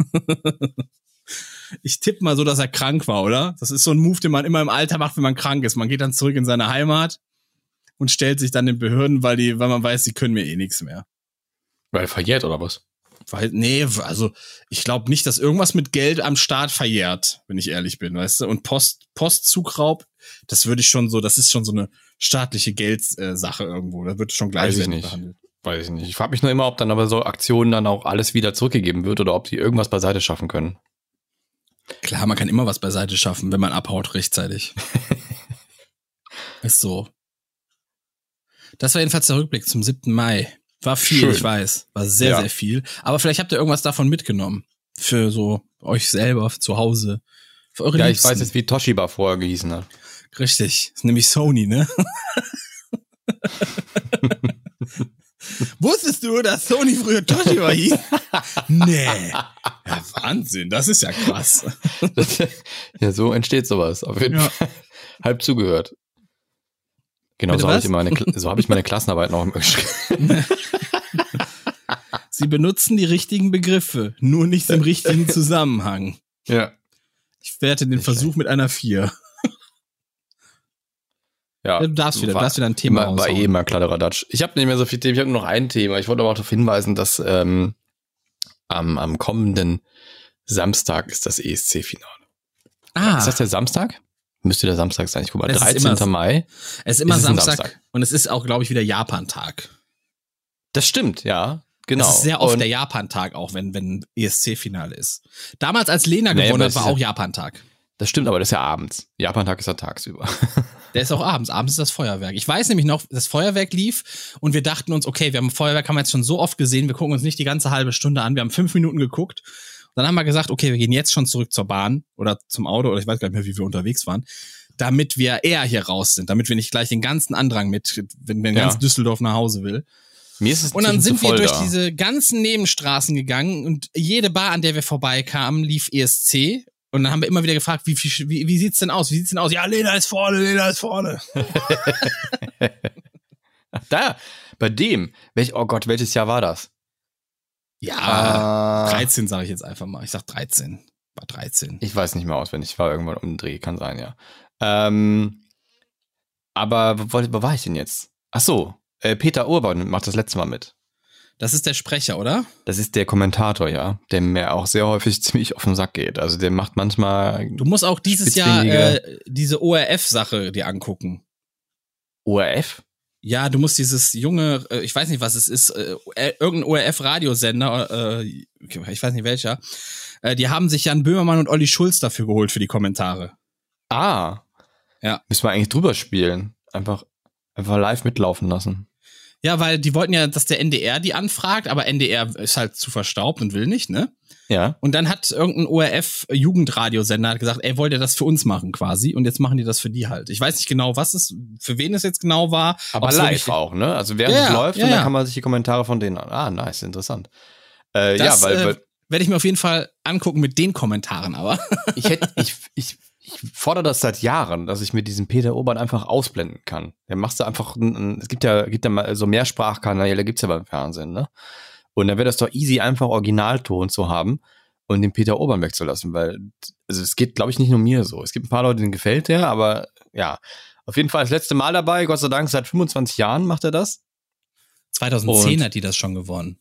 Ich tippe mal so, dass er krank war, oder? Das ist so ein Move, den man immer im Alter macht, wenn man krank ist. Man geht dann zurück in seine Heimat und stellt sich dann den Behörden, weil man weiß, sie können mir eh nichts mehr. Weil verjährt oder was? Nee, also ich glaube nicht, dass irgendwas mit Geld am Staat verjährt, wenn ich ehrlich bin, weißt du? Und Postzugraub, das ist schon so eine staatliche Geldsache irgendwo. Da wird schon gleichwertig behandelt. Weiß ich nicht. Ich frage mich nur immer, ob dann aber so Aktionen dann auch alles wieder zurückgegeben wird oder ob die irgendwas beiseite schaffen können. Klar, man kann immer was beiseite schaffen, wenn man abhaut rechtzeitig. Ist so. Das war jedenfalls der Rückblick zum 7. Mai. War viel, schön. Ich weiß. War sehr, sehr viel. Aber vielleicht habt ihr irgendwas davon mitgenommen. Für so euch selber, zu Hause. Für eure Liebsten. Ich weiß jetzt, wie Toshiba vorher gehießen hat. Richtig. Das ist nämlich Sony, ne? Wusstest du, dass Sony früher Toshiba hieß? Nee. Ja, Wahnsinn. Das ist ja krass. Ja, so entsteht sowas. Auf jeden Fall. Halb zugehört. Genau, so habe ich meine Klassenarbeit noch geschrieben. Sie benutzen die richtigen Begriffe, nur nicht im richtigen Zusammenhang. Ja. Ich werte den Versuch mit einer 4. Ja. Du darfst wieder ein Thema raushauen. War eh immer Kladderadatsch. Ich habe nicht mehr so viel Themen, ich habe nur noch ein Thema. Ich wollte aber auch darauf hinweisen, dass am kommenden Samstag ist das ESC-Finale. Ist das der Samstag? Müsste der Samstag sein. Ich guck mal, 13. Mai. Es ist immer Samstag. Und es ist auch, glaube ich, wieder Japan-Tag. Das stimmt, ja. Genau. Es ist sehr oft der Japan-Tag auch, wenn ESC-Finale ist. Damals, als Lena gewonnen hat, war auch Japan-Tag. Das stimmt, aber das ist ja abends. Japan-Tag ist ja tagsüber. Der ist auch abends. Abends ist das Feuerwerk. Ich weiß nämlich noch, das Feuerwerk lief und wir dachten uns, okay, Feuerwerk haben wir jetzt schon so oft gesehen, wir gucken uns nicht die ganze halbe Stunde an. Wir haben 5 Minuten geguckt. Dann haben wir gesagt, okay, wir gehen jetzt schon zurück zur Bahn oder zum Auto oder ich weiß gar nicht mehr, wie wir unterwegs waren, damit wir eher hier raus sind, damit wir nicht gleich den ganzen Andrang wenn ganz Düsseldorf nach Hause will. Mir ist es und dann sind wir durch diese ganzen Nebenstraßen gegangen und jede Bar, an der wir vorbeikamen, lief ESC. Und dann haben wir immer wieder gefragt, wie sieht's denn aus? Wie sieht's denn aus? Ja, Lena ist vorne. Da, bei dem. Welches Jahr war das? Ja, 13 sage ich jetzt einfach mal. Ich sag 13. War 13. Ich weiß nicht mehr auswendig. War irgendwann um den Dreh. Kann sein, ja. Aber wo war ich denn jetzt? Ach so, Peter Urban macht das letzte Mal mit. Das ist der Sprecher, oder? Das ist der Kommentator, ja. Der mir auch sehr häufig ziemlich auf den Sack geht. Also der macht manchmal... Du musst auch dieses Jahr diese ORF-Sache dir angucken. ORF? Ja, du musst dieses junge, ich weiß nicht, was es ist, irgendein ORF-Radiosender, ich weiß nicht welcher, die haben sich Jan Böhmermann und Olli Schulz dafür geholt für die Kommentare. Ah. Ja. Müssen wir eigentlich drüber spielen. Einfach live mitlaufen lassen. Ja, weil die wollten ja, dass der NDR die anfragt, aber NDR ist halt zu verstaubt und will nicht, ne? Ja. Und dann hat irgendein ORF-Jugendradiosender gesagt, ey, wollt ihr das für uns machen quasi? Und jetzt machen die das für die halt. Ich weiß nicht genau, für wen es jetzt genau war. Aber live auch, ne? Also während es läuft und dann kann man sich die Kommentare von denen an. Ah, nice, interessant. Das werde ich mir auf jeden Fall angucken mit den Kommentaren, aber. Ich fordere das seit Jahren, dass ich mit diesem Peter Urban einfach ausblenden kann. Der machst du einfach, es gibt ja mal so Mehrsprachkanäle, gibt's ja beim Fernsehen, ne? Und dann wäre das doch easy, einfach Originalton zu haben und den Peter Urban wegzulassen, weil, also es geht, glaube ich, nicht nur mir so. Es gibt ein paar Leute, denen gefällt der, aber ja, auf jeden Fall das letzte Mal dabei, Gott sei Dank, seit 25 Jahren macht er das. 2010 hat die das schon gewonnen.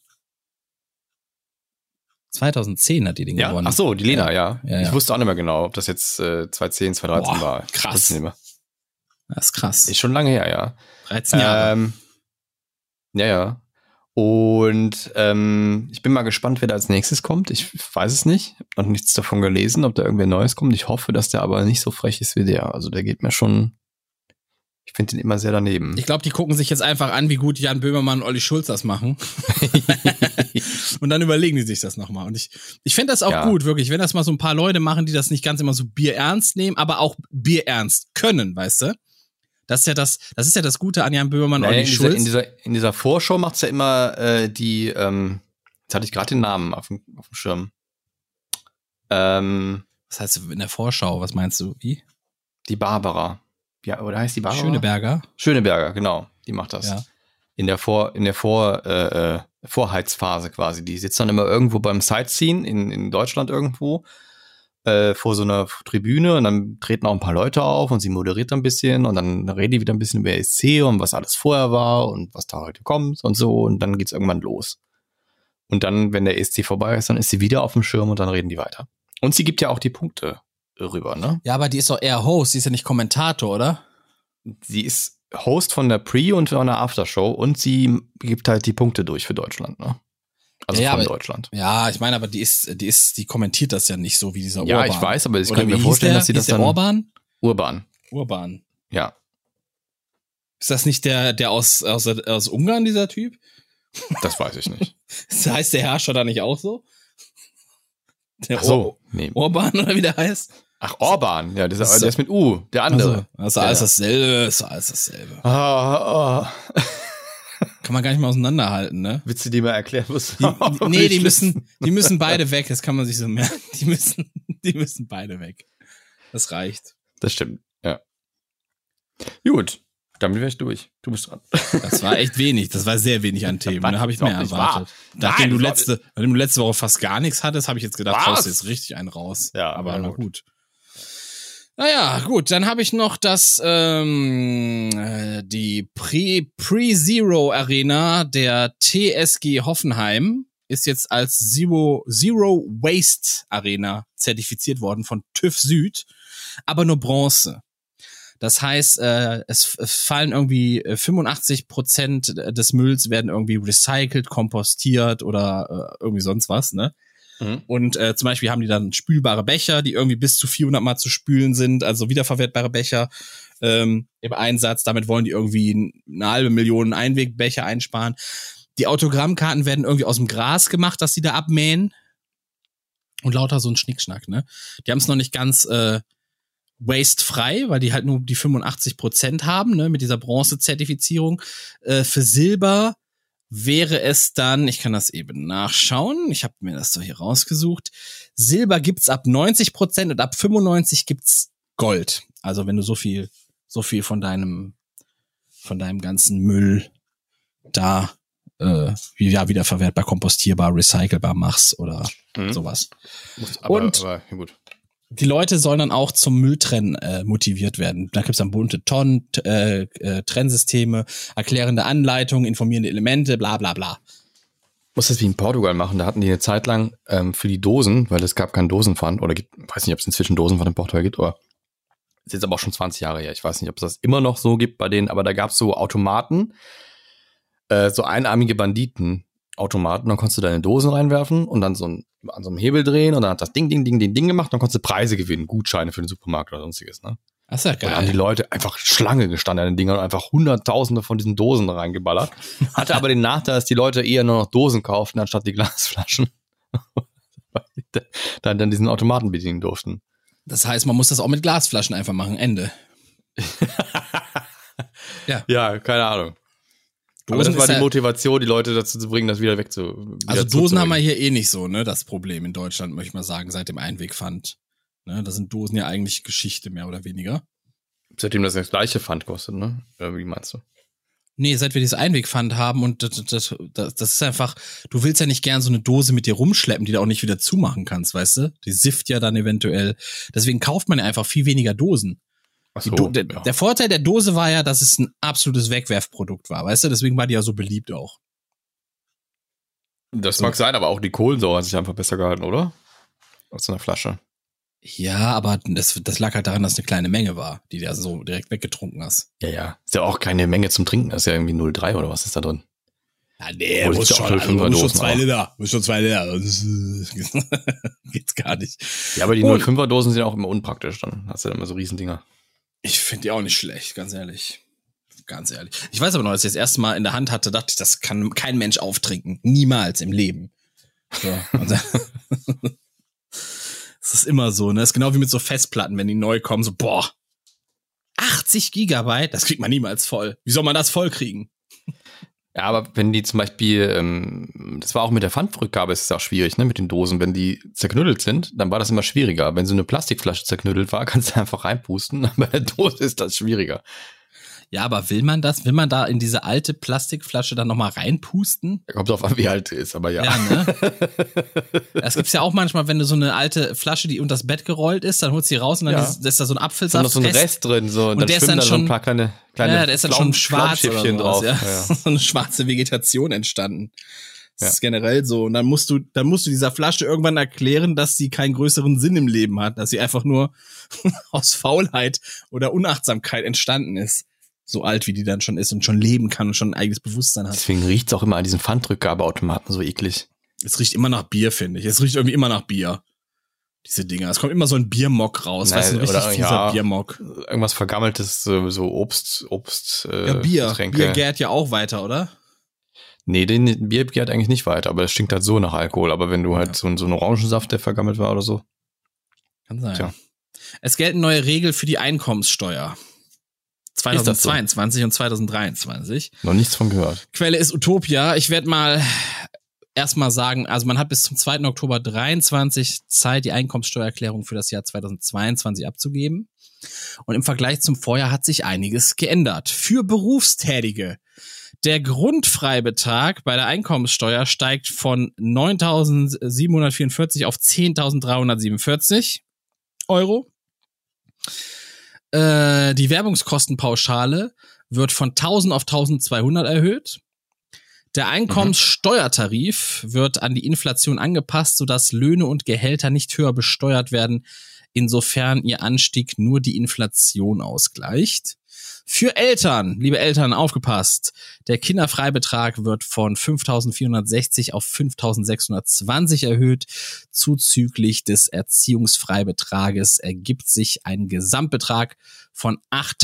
2010 hat die den gewonnen. Ach so, die Lena, ja. Ich wusste auch nicht mehr genau, ob das jetzt 2010, 2013 war. Krass. Das ist krass. Ist schon lange her, ja. 13 Jahre. Ja. Und ich bin mal gespannt, wer da als nächstes kommt. Ich weiß es nicht. Ich habe noch nichts davon gelesen, ob da irgendwer Neues kommt. Ich hoffe, dass der aber nicht so frech ist wie der. Also der geht mir schon... Ich finde den immer sehr daneben. Ich glaube, die gucken sich jetzt einfach an, wie gut Jan Böhmermann und Olli Schulz das machen. Und dann überlegen die sich das nochmal. Und ich fände das auch gut, wirklich, wenn das mal so ein paar Leute machen, die das nicht ganz immer so bierernst nehmen, aber auch bierernst können, weißt du? Das ist ja das Gute an Jan Böhmermann und Olli Schulz. In dieser Vorschau macht's ja immer die Jetzt hatte ich gerade den Namen auf dem Schirm. Was heißt in der Vorschau? Was meinst du? Wie? Die Barbara. Ja, oder heißt die Barbara? Schöneberger, genau. Die macht das. Ja. In der Vorheizphase quasi. Die sitzt dann immer irgendwo beim Sightseeing in Deutschland irgendwo vor so einer Tribüne und dann treten auch ein paar Leute auf und sie moderiert ein bisschen und dann redet die wieder ein bisschen über ESC und was alles vorher war und was da heute kommt und so und dann geht's irgendwann los. Und dann, wenn der ESC vorbei ist, dann ist sie wieder auf dem Schirm und dann reden die weiter. Und sie gibt ja auch die Punkte rüber, ne? Ja, aber die ist doch eher Host, die ist ja nicht Kommentator, oder? Sie ist Host von der Pre- und von der Aftershow und sie gibt halt die Punkte durch für Deutschland, ne? Also ja, von aber, Deutschland. Ja, ich meine, aber die kommentiert das ja nicht so wie dieser Urban. Ja, ich weiß, aber ich könnte mir vorstellen, dass sie das dann... Urban? Urban. Ja. Ist das nicht der aus Ungarn, dieser Typ? Das weiß ich nicht. Heißt der Herrscher da nicht auch so? Ach so, nee. Orban oder wie der heißt? Ach, Orban, ja, der ist mit U, der andere. Also alles dasselbe. Ah. Kann man gar nicht mal auseinanderhalten, ne? Willst du die mal erklären? Die müssen beide weg, das kann man sich so merken. Die müssen beide weg. Das reicht. Das stimmt, ja. Gut, damit wäre ich durch. Du bist dran. Das war echt wenig, das war sehr wenig an Themen. Da habe ich mehr erwartet. Nachdem du letzte Woche fast gar nichts hattest, habe ich jetzt gedacht, haust jetzt richtig einen raus. Ja, aber na gut. Naja, gut, dann habe ich noch die Pre-Zero Arena der TSG Hoffenheim ist jetzt als Zero Waste Arena zertifiziert worden von TÜV Süd, aber nur Bronze. Das heißt, es fallen irgendwie 85% des Mülls werden irgendwie recycelt, kompostiert oder irgendwie sonst was, ne? Und zum Beispiel haben die dann spülbare Becher, die irgendwie bis zu 400 Mal zu spülen sind, also wiederverwertbare Becher im Einsatz. Damit wollen die irgendwie 500.000 Einwegbecher einsparen. Die Autogrammkarten werden irgendwie aus dem Gras gemacht, dass sie da abmähen. Und lauter so ein Schnickschnack, ne? Die haben es noch nicht ganz wastefrei, weil die halt nur die 85% haben, ne, mit dieser Bronze-Zertifizierung. Für Silber wäre es dann, ich kann das eben nachschauen, ich habe mir das doch hier rausgesucht, Silber gibt's ab 90% und ab 95% gibt's Gold. Also wenn du so viel von deinem ganzen Müll da wiederverwertbar, kompostierbar, recycelbar machst oder sowas. Aber gut. Die Leute sollen dann auch zum Mülltrennen motiviert werden. Da gibt's dann bunte Tonnen, Trennsysteme, erklärende Anleitungen, informierende Elemente, bla bla bla. Muss das wie in Portugal machen. Da hatten die eine Zeit lang für die Dosen, weil es gab keinen Dosenpfand oder weiß nicht, ob es inzwischen Dosenpfand in Portugal gibt, oder ist jetzt aber auch schon 20 Jahre her. Ich weiß nicht, ob es das immer noch so gibt bei denen, aber da gab's so Automaten, so einarmige Banditenautomaten, dann konntest du deine Dosen reinwerfen und dann an so einem Hebel drehen und dann hat das Ding gemacht, dann konntest du Preise gewinnen, Gutscheine für den Supermarkt oder sonstiges, ne? Das ist ja geil. Und dann haben die Leute einfach Schlange gestanden an den Dingern und einfach Hunderttausende von diesen Dosen reingeballert. Hatte aber den Nachteil, dass die Leute eher nur noch Dosen kauften, anstatt die Glasflaschen. Weil die dann diesen Automaten bedienen durften. Das heißt, man muss das auch mit Glasflaschen einfach machen, Ende. Ja, keine Ahnung. Aber das war die Motivation, die Leute dazu zu bringen, das wieder Also Dosen haben wir hier eh nicht so, ne? Das Problem in Deutschland, möchte ich mal sagen, seit dem Einwegpfand. Ne? Da sind Dosen ja eigentlich Geschichte, mehr oder weniger. Seitdem das gleiche Pfand kostet, ne? Wie meinst du? Nee, seit wir dieses Einwegpfand haben und das ist einfach, du willst ja nicht gern so eine Dose mit dir rumschleppen, die du auch nicht wieder zumachen kannst, weißt du? Die sifft ja dann eventuell. Deswegen kauft man ja einfach viel weniger Dosen. Ach so, der Vorteil der Dose war ja, dass es ein absolutes Wegwerfprodukt war, weißt du? Deswegen war die ja so beliebt auch. Das mag sein, aber auch die Kohlensäure hat sich einfach besser gehalten, oder? Aus so einer Flasche. Ja, aber das lag halt daran, dass es eine kleine Menge war, die du so direkt weggetrunken hast. Ja. Ist ja auch keine Menge zum Trinken. Das ist ja irgendwie 0,3 oder was ist da drin? Ja, nee, muss schon 2 Liter. Muss schon 2 Liter. Das geht's gar nicht. Ja, aber die 0,5er Dosen sind auch immer unpraktisch. Dann hast du ja immer so Riesendinger. Ich finde die auch nicht schlecht, ganz ehrlich. Ganz ehrlich. Ich weiß aber noch, als ich das erste Mal in der Hand hatte, dachte ich, das kann kein Mensch auftrinken. Niemals im Leben. So, das ist immer so, ne? Das ist genau wie mit so Festplatten, wenn die neu kommen, so, 80 Gigabyte, das kriegt man niemals voll. Wie soll man das voll kriegen? Ja, aber wenn die zum Beispiel, das war auch mit der Pfandrückgabe, ist es auch schwierig, ne, mit den Dosen. Wenn die zerknüttelt sind, dann war das immer schwieriger. Wenn so eine Plastikflasche zerknüttelt war, kannst du einfach reinpusten. Bei der Dose ist das schwieriger. Ja, aber will man das? Will man da in diese alte Plastikflasche dann nochmal reinpusten? Kommt drauf an, wie alt sie ist, aber ja. Ja, ne? Das gibt's ja auch manchmal, wenn du so eine alte Flasche, die unter das Bett gerollt ist, dann holst du die raus und dann ist da so ein Apfelsaft. Noch so ein Rest drin, so. Und dann der ist schwimmen dann da schon, so ein paar kleine der ist dann schon schwarz oder sowas, drauf. ja. Ja. So eine schwarze Vegetation entstanden. Das ist generell so. Und dann musst du dieser Flasche irgendwann erklären, dass sie keinen größeren Sinn im Leben hat, dass sie einfach nur aus Faulheit oder Unachtsamkeit entstanden ist. So alt, wie die dann schon ist und schon leben kann und schon ein eigenes Bewusstsein hat. Deswegen riecht's auch immer an diesen Pfandrückgabeautomaten so eklig. Es riecht immer nach Bier, finde ich. Es riecht irgendwie immer nach Bier. Diese Dinger. Es kommt immer so ein Biermock raus. Weißt du, ein richtig fieser Biermock. Irgendwas Vergammeltes, so Obst, Bier. Getränke. Bier gärt ja auch weiter, oder? Nee, Bier gärt eigentlich nicht weiter, aber es stinkt halt so nach Alkohol. Aber wenn du halt so einen Orangensaft, der vergammelt war oder so. Kann sein. Tja. Es gelten neue Regeln für die Einkommenssteuer. 2022 so? Und 2023. Noch nichts von gehört. Quelle ist Utopia. Ich werde erstmal sagen, also man hat bis zum 2. Oktober 23 Zeit, die Einkommenssteuererklärung für das Jahr 2022 abzugeben. Und im Vergleich zum Vorjahr hat sich einiges geändert. Für Berufstätige. Der Grundfreibetrag bei der Einkommenssteuer steigt von 9.744 auf 10.347 Euro. Die Werbungskostenpauschale wird von 1.000 auf 1.200 erhöht. Der Einkommenssteuertarif wird an die Inflation angepasst, sodass Löhne und Gehälter nicht höher besteuert werden, insofern ihr Anstieg nur die Inflation ausgleicht. Für Eltern, liebe Eltern, aufgepasst, der Kinderfreibetrag wird von 5.460 auf 5.620 erhöht. Zuzüglich des Erziehungsfreibetrages ergibt sich ein Gesamtbetrag von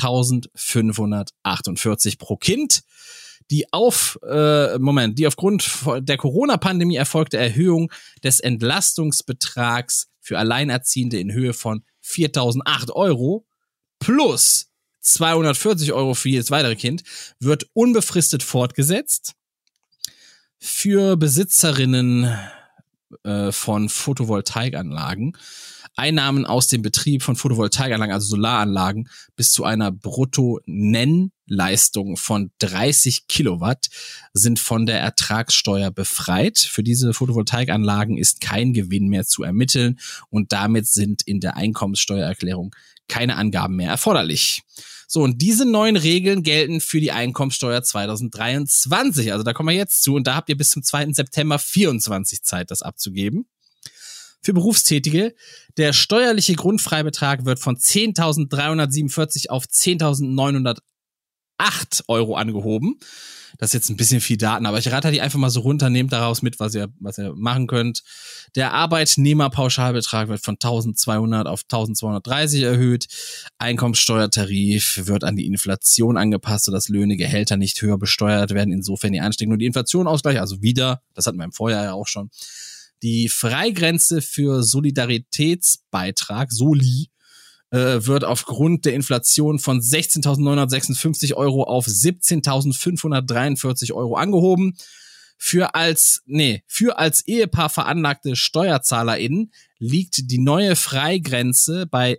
8.548 pro Kind. Die aufgrund der Corona-Pandemie erfolgte Erhöhung des Entlastungsbetrags für Alleinerziehende in Höhe von 4.008 Euro plus 240 Euro für jedes weitere Kind wird unbefristet fortgesetzt. Für Besitzerinnen von Photovoltaikanlagen Einnahmen aus dem Betrieb von Photovoltaikanlagen, also Solaranlagen, bis zu einer Brutto-Nennleistung von 30 Kilowatt sind von der Ertragssteuer befreit. Für diese Photovoltaikanlagen ist kein Gewinn mehr zu ermitteln und damit sind in der Einkommenssteuererklärung keine Angaben mehr erforderlich. So, und diese neuen Regeln gelten für die Einkommenssteuer 2023. Also da kommen wir jetzt zu und da habt ihr bis zum 2. September 24 Zeit, das abzugeben. Für Berufstätige, der steuerliche Grundfreibetrag wird von 10.347 auf 10.908 Euro angehoben. Das ist jetzt ein bisschen viel Daten, aber ich rate die einfach mal so runter, nehmt daraus mit, was ihr machen könnt. Der Arbeitnehmerpauschalbetrag wird von 1.200 auf 1.230 erhöht. Einkommenssteuertarif wird an die Inflation angepasst, sodass Löhne, Gehälter nicht höher besteuert werden. Insofern die Anstieg nur die Inflation ausgleicht, also wieder, das hatten wir im Vorjahr ja auch schon. Die Freigrenze für Solidaritätsbeitrag, Soli, wird aufgrund der Inflation von 16.956 Euro auf 17.543 Euro angehoben. Für als Ehepaar veranlagte SteuerzahlerInnen liegt die neue Freigrenze bei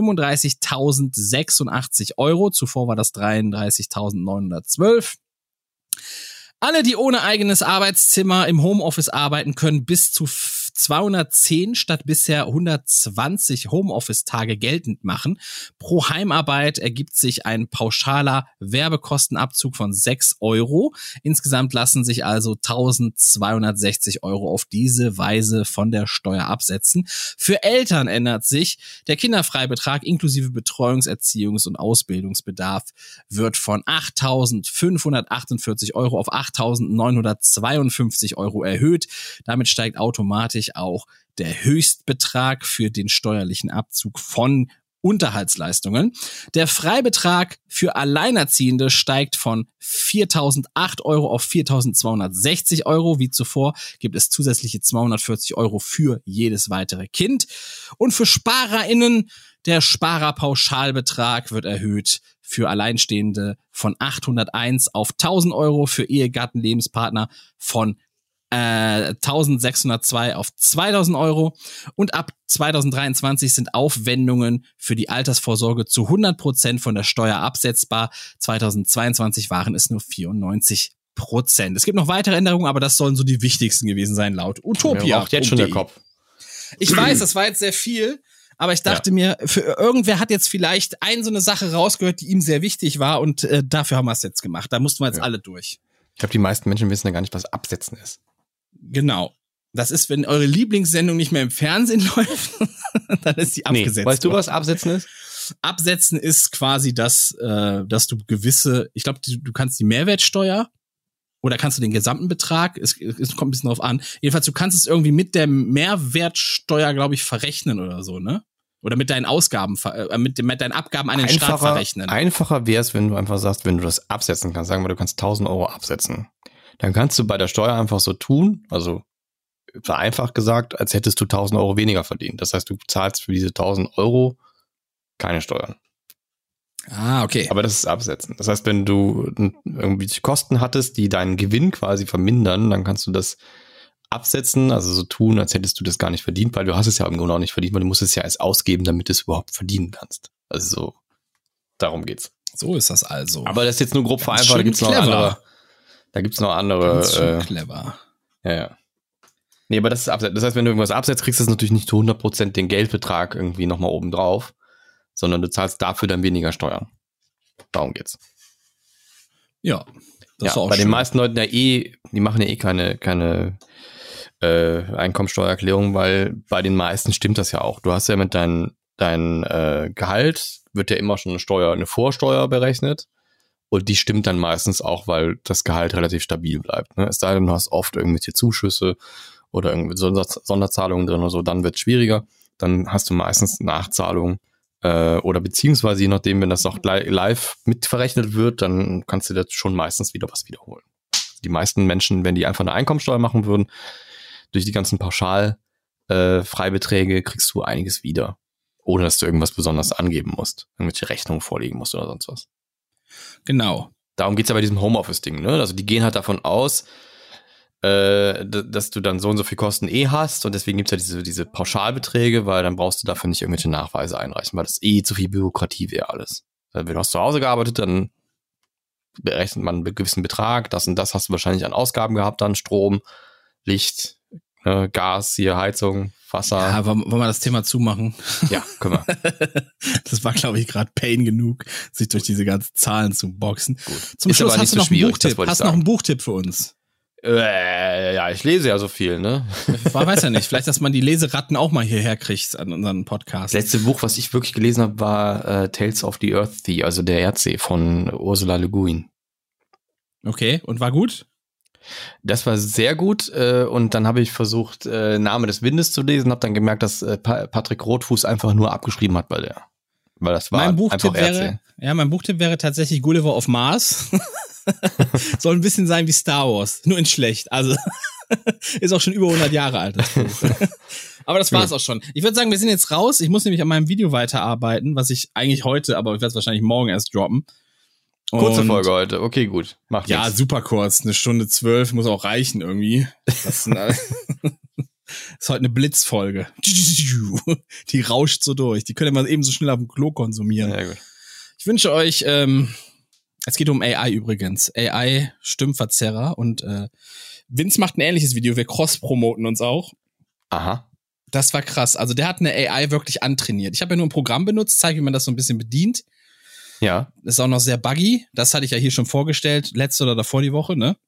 35.086 Euro. Zuvor war das 33.912. Alle, die ohne eigenes Arbeitszimmer im Homeoffice arbeiten, können bis zu 210 statt bisher 120 Homeoffice-Tage geltend machen. Pro Heimarbeit ergibt sich ein pauschaler Werbekostenabzug von 6 Euro. Insgesamt lassen sich also 1.260 Euro auf diese Weise von der Steuer absetzen. Für Eltern ändert sich der Kinderfreibetrag inklusive Betreuungs-, Erziehungs- und Ausbildungsbedarf wird von 8.548 Euro auf 8.952 Euro erhöht. Damit steigt automatisch auch der Höchstbetrag für den steuerlichen Abzug von Unterhaltsleistungen. Der Freibetrag für Alleinerziehende steigt von 4.008 Euro auf 4.260 Euro. Wie zuvor gibt es zusätzliche 240 Euro für jedes weitere Kind. Und für SparerInnen, der Sparerpauschalbetrag wird erhöht für Alleinstehende von 801 auf 1.000 Euro, für Ehegatten, Lebenspartner von 1.602 auf 2.000 Euro und ab 2023 sind Aufwendungen für die Altersvorsorge zu 100% von der Steuer absetzbar. 2022 waren es nur 94%. Es gibt noch weitere Änderungen, aber das sollen so die wichtigsten gewesen sein laut Utopia. Auch jetzt schon der Kopf. Ich weiß, das war jetzt sehr viel, aber ich dachte mir, für irgendwer hat jetzt vielleicht so eine Sache rausgehört, die ihm sehr wichtig war und dafür haben wir es jetzt gemacht. Da mussten wir jetzt alle durch. Ich glaube, die meisten Menschen wissen ja gar nicht, was Absetzen ist. Genau. Das ist, wenn eure Lieblingssendung nicht mehr im Fernsehen läuft, dann ist die abgesetzt. Weißt du, was Absetzen ist? Absetzen ist quasi das, dass du gewisse, ich glaube, du kannst die Mehrwertsteuer oder kannst du den gesamten Betrag, es kommt ein bisschen drauf an. Jedenfalls, du kannst es irgendwie mit der Mehrwertsteuer, glaube ich, verrechnen oder so, ne? Oder mit deinen Ausgaben, mit deinen Abgaben an den Staat verrechnen. Einfacher wäre es, wenn du einfach sagst, wenn du das absetzen kannst, sagen wir, du kannst 1.000 Euro absetzen. Dann kannst du bei der Steuer einfach so tun, also vereinfacht gesagt, als hättest du 1.000 Euro weniger verdient. Das heißt, du zahlst für diese 1.000 Euro keine Steuern. Ah, okay. Aber das ist Absetzen. Das heißt, wenn du irgendwie Kosten hattest, die deinen Gewinn quasi vermindern, dann kannst du das absetzen, also so tun, als hättest du das gar nicht verdient, weil du hast es ja im Grunde auch nicht verdient, weil du musst es ja erst ausgeben, damit du es überhaupt verdienen kannst. Also so, darum geht's. So ist das also. Aber das ist jetzt nur grob vereinfacht, da gibt's noch andere. Ganz schön clever. Ja. Nee, aber das ist Absetzen. Das heißt, wenn du irgendwas absetzt, kriegst du das natürlich nicht zu 100% den Geldbetrag irgendwie nochmal oben drauf, sondern du zahlst dafür dann weniger Steuern. Darum geht's. Ja. Das ist auch bei schön. den meisten Leuten die machen ja keine Einkommensteuererklärung, weil bei den meisten stimmt das ja auch. Du hast ja mit dein Gehalt wird ja immer schon eine Vorsteuer berechnet und die stimmt dann meistens auch, weil das Gehalt relativ stabil bleibt. Ne? Es sei denn, du hast oft irgendwelche Zuschüsse oder irgendwie Sonderzahlungen drin oder so, dann wird es schwieriger. Dann hast du meistens Nachzahlungen oder beziehungsweise je nachdem, wenn das noch live mitverrechnet wird, dann kannst du das schon meistens wieder was wiederholen. Die meisten Menschen, wenn die einfach eine Einkommensteuer machen würden, durch die ganzen Pauschal-Freibeträge kriegst du einiges wieder, ohne dass du irgendwas besonders angeben musst, irgendwelche Rechnungen vorlegen musst oder sonst was. Genau. Darum geht's ja bei diesem Homeoffice-Ding, ne? Also die gehen halt davon aus, dass du dann so und so viel Kosten hast und deswegen gibt's ja diese Pauschalbeträge, weil dann brauchst du dafür nicht irgendwelche Nachweise einreichen, weil das zu viel Bürokratie wäre alles. Wenn du hast zu Hause gearbeitet, dann berechnet man einen gewissen Betrag, das und das hast du wahrscheinlich an Ausgaben gehabt, dann Strom, Licht, Gas, hier Heizung, Wasser. Ja, wollen wir das Thema zumachen? Ja, können wir. Das war, glaube ich, gerade Pain genug, sich durch diese ganzen Zahlen zu boxen. Gut. Zum Ist Schluss aber hast du nicht noch so einen schwierig, Buchtipp. Hast du noch einen Buchtipp für uns? Ja, ich lese ja so viel, ne? Weiß ja nicht. Vielleicht, dass man die Leseratten auch mal hierher kriegt an unseren Podcast. Das letzte Buch, was ich wirklich gelesen habe, war Tales of the Earthsea, also der Erdsee von Ursula Le Guin. Okay, und war gut? Das war sehr gut und dann habe ich versucht, Name des Windes zu lesen, habe dann gemerkt, dass Patrick Rothfuß einfach nur abgeschrieben hat, weil das war mein Buchtipp einfach Erdsee. mein Buchtipp wäre tatsächlich Gulliver auf Mars. Soll ein bisschen sein wie Star Wars, nur in schlecht. Also ist auch schon über 100 Jahre alt, das Buch. Aber das war's auch schon. Ich würde sagen, wir sind jetzt raus. Ich muss nämlich an meinem Video weiterarbeiten, was ich eigentlich heute, aber ich werde es wahrscheinlich morgen erst droppen. Kurze Folge heute, okay, gut. Macht ja, nichts. super kurz. 1:12 muss auch reichen irgendwie. Das ist heute eine Blitzfolge. Die rauscht so durch. Die könnt ihr mal eben so schnell auf dem Klo konsumieren. Ja, gut. Ich wünsche euch, es geht um AI übrigens. AI Stimmverzerrer und Vince macht ein ähnliches Video. Wir cross-promoten uns auch. Aha. Das war krass. Also der hat eine AI wirklich antrainiert. Ich habe ja nur ein Programm benutzt, zeige, wie man das so ein bisschen bedient. Ja. Das ist auch noch sehr buggy. Das hatte ich ja hier schon vorgestellt, letzte oder davor die Woche, ne?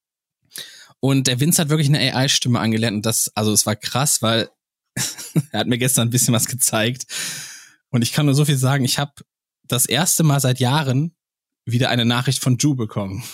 Und der Vince hat wirklich eine AI-Stimme angelernt und es war krass, weil er hat mir gestern ein bisschen was gezeigt und ich kann nur so viel sagen, ich habe das erste Mal seit Jahren wieder eine Nachricht von Ju bekommen.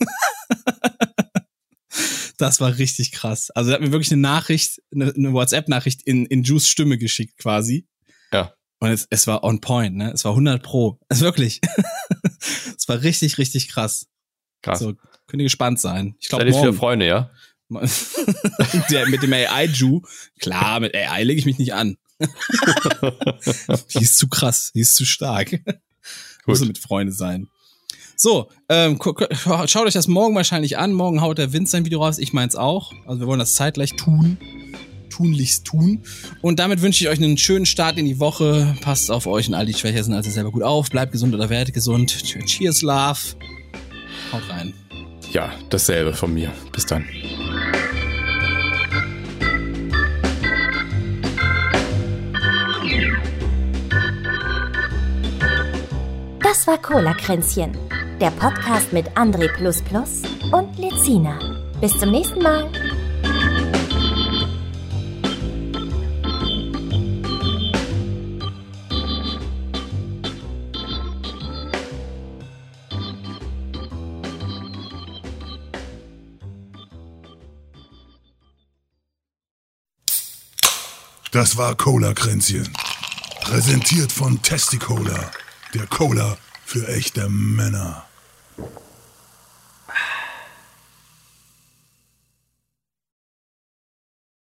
Das war richtig krass. Also er hat mir wirklich eine Nachricht, eine WhatsApp-Nachricht in Jus Stimme geschickt quasi. Ja. Und es war on point, ne? Es war 100%. Es wirklich. Es war richtig, richtig krass. Krass. So, könnt ihr gespannt sein. Ich glaube, seid ihr viele Freunde, ja? Mit dem AI-Ju. Klar, mit AI lege ich mich nicht an. Die ist zu krass. Die ist zu stark. Muss mit Freunde sein. So, schaut euch das morgen wahrscheinlich an. Morgen haut der Vince sein Video raus. Ich meins auch. Also wir wollen das zeitgleich tunlichst tun. Und damit wünsche ich euch einen schönen Start in die Woche. Passt auf euch und all die schwächer sind also selber gut auf. Bleibt gesund oder werdet gesund. Cheers, Love. Haut rein. Ja, dasselbe von mir. Bis dann. Das war Cola-Kränzchen, der Podcast mit André und Lezina. Bis zum nächsten Mal. Das war Cola-Kränzchen. Präsentiert von Testicola, der Cola für echte Männer.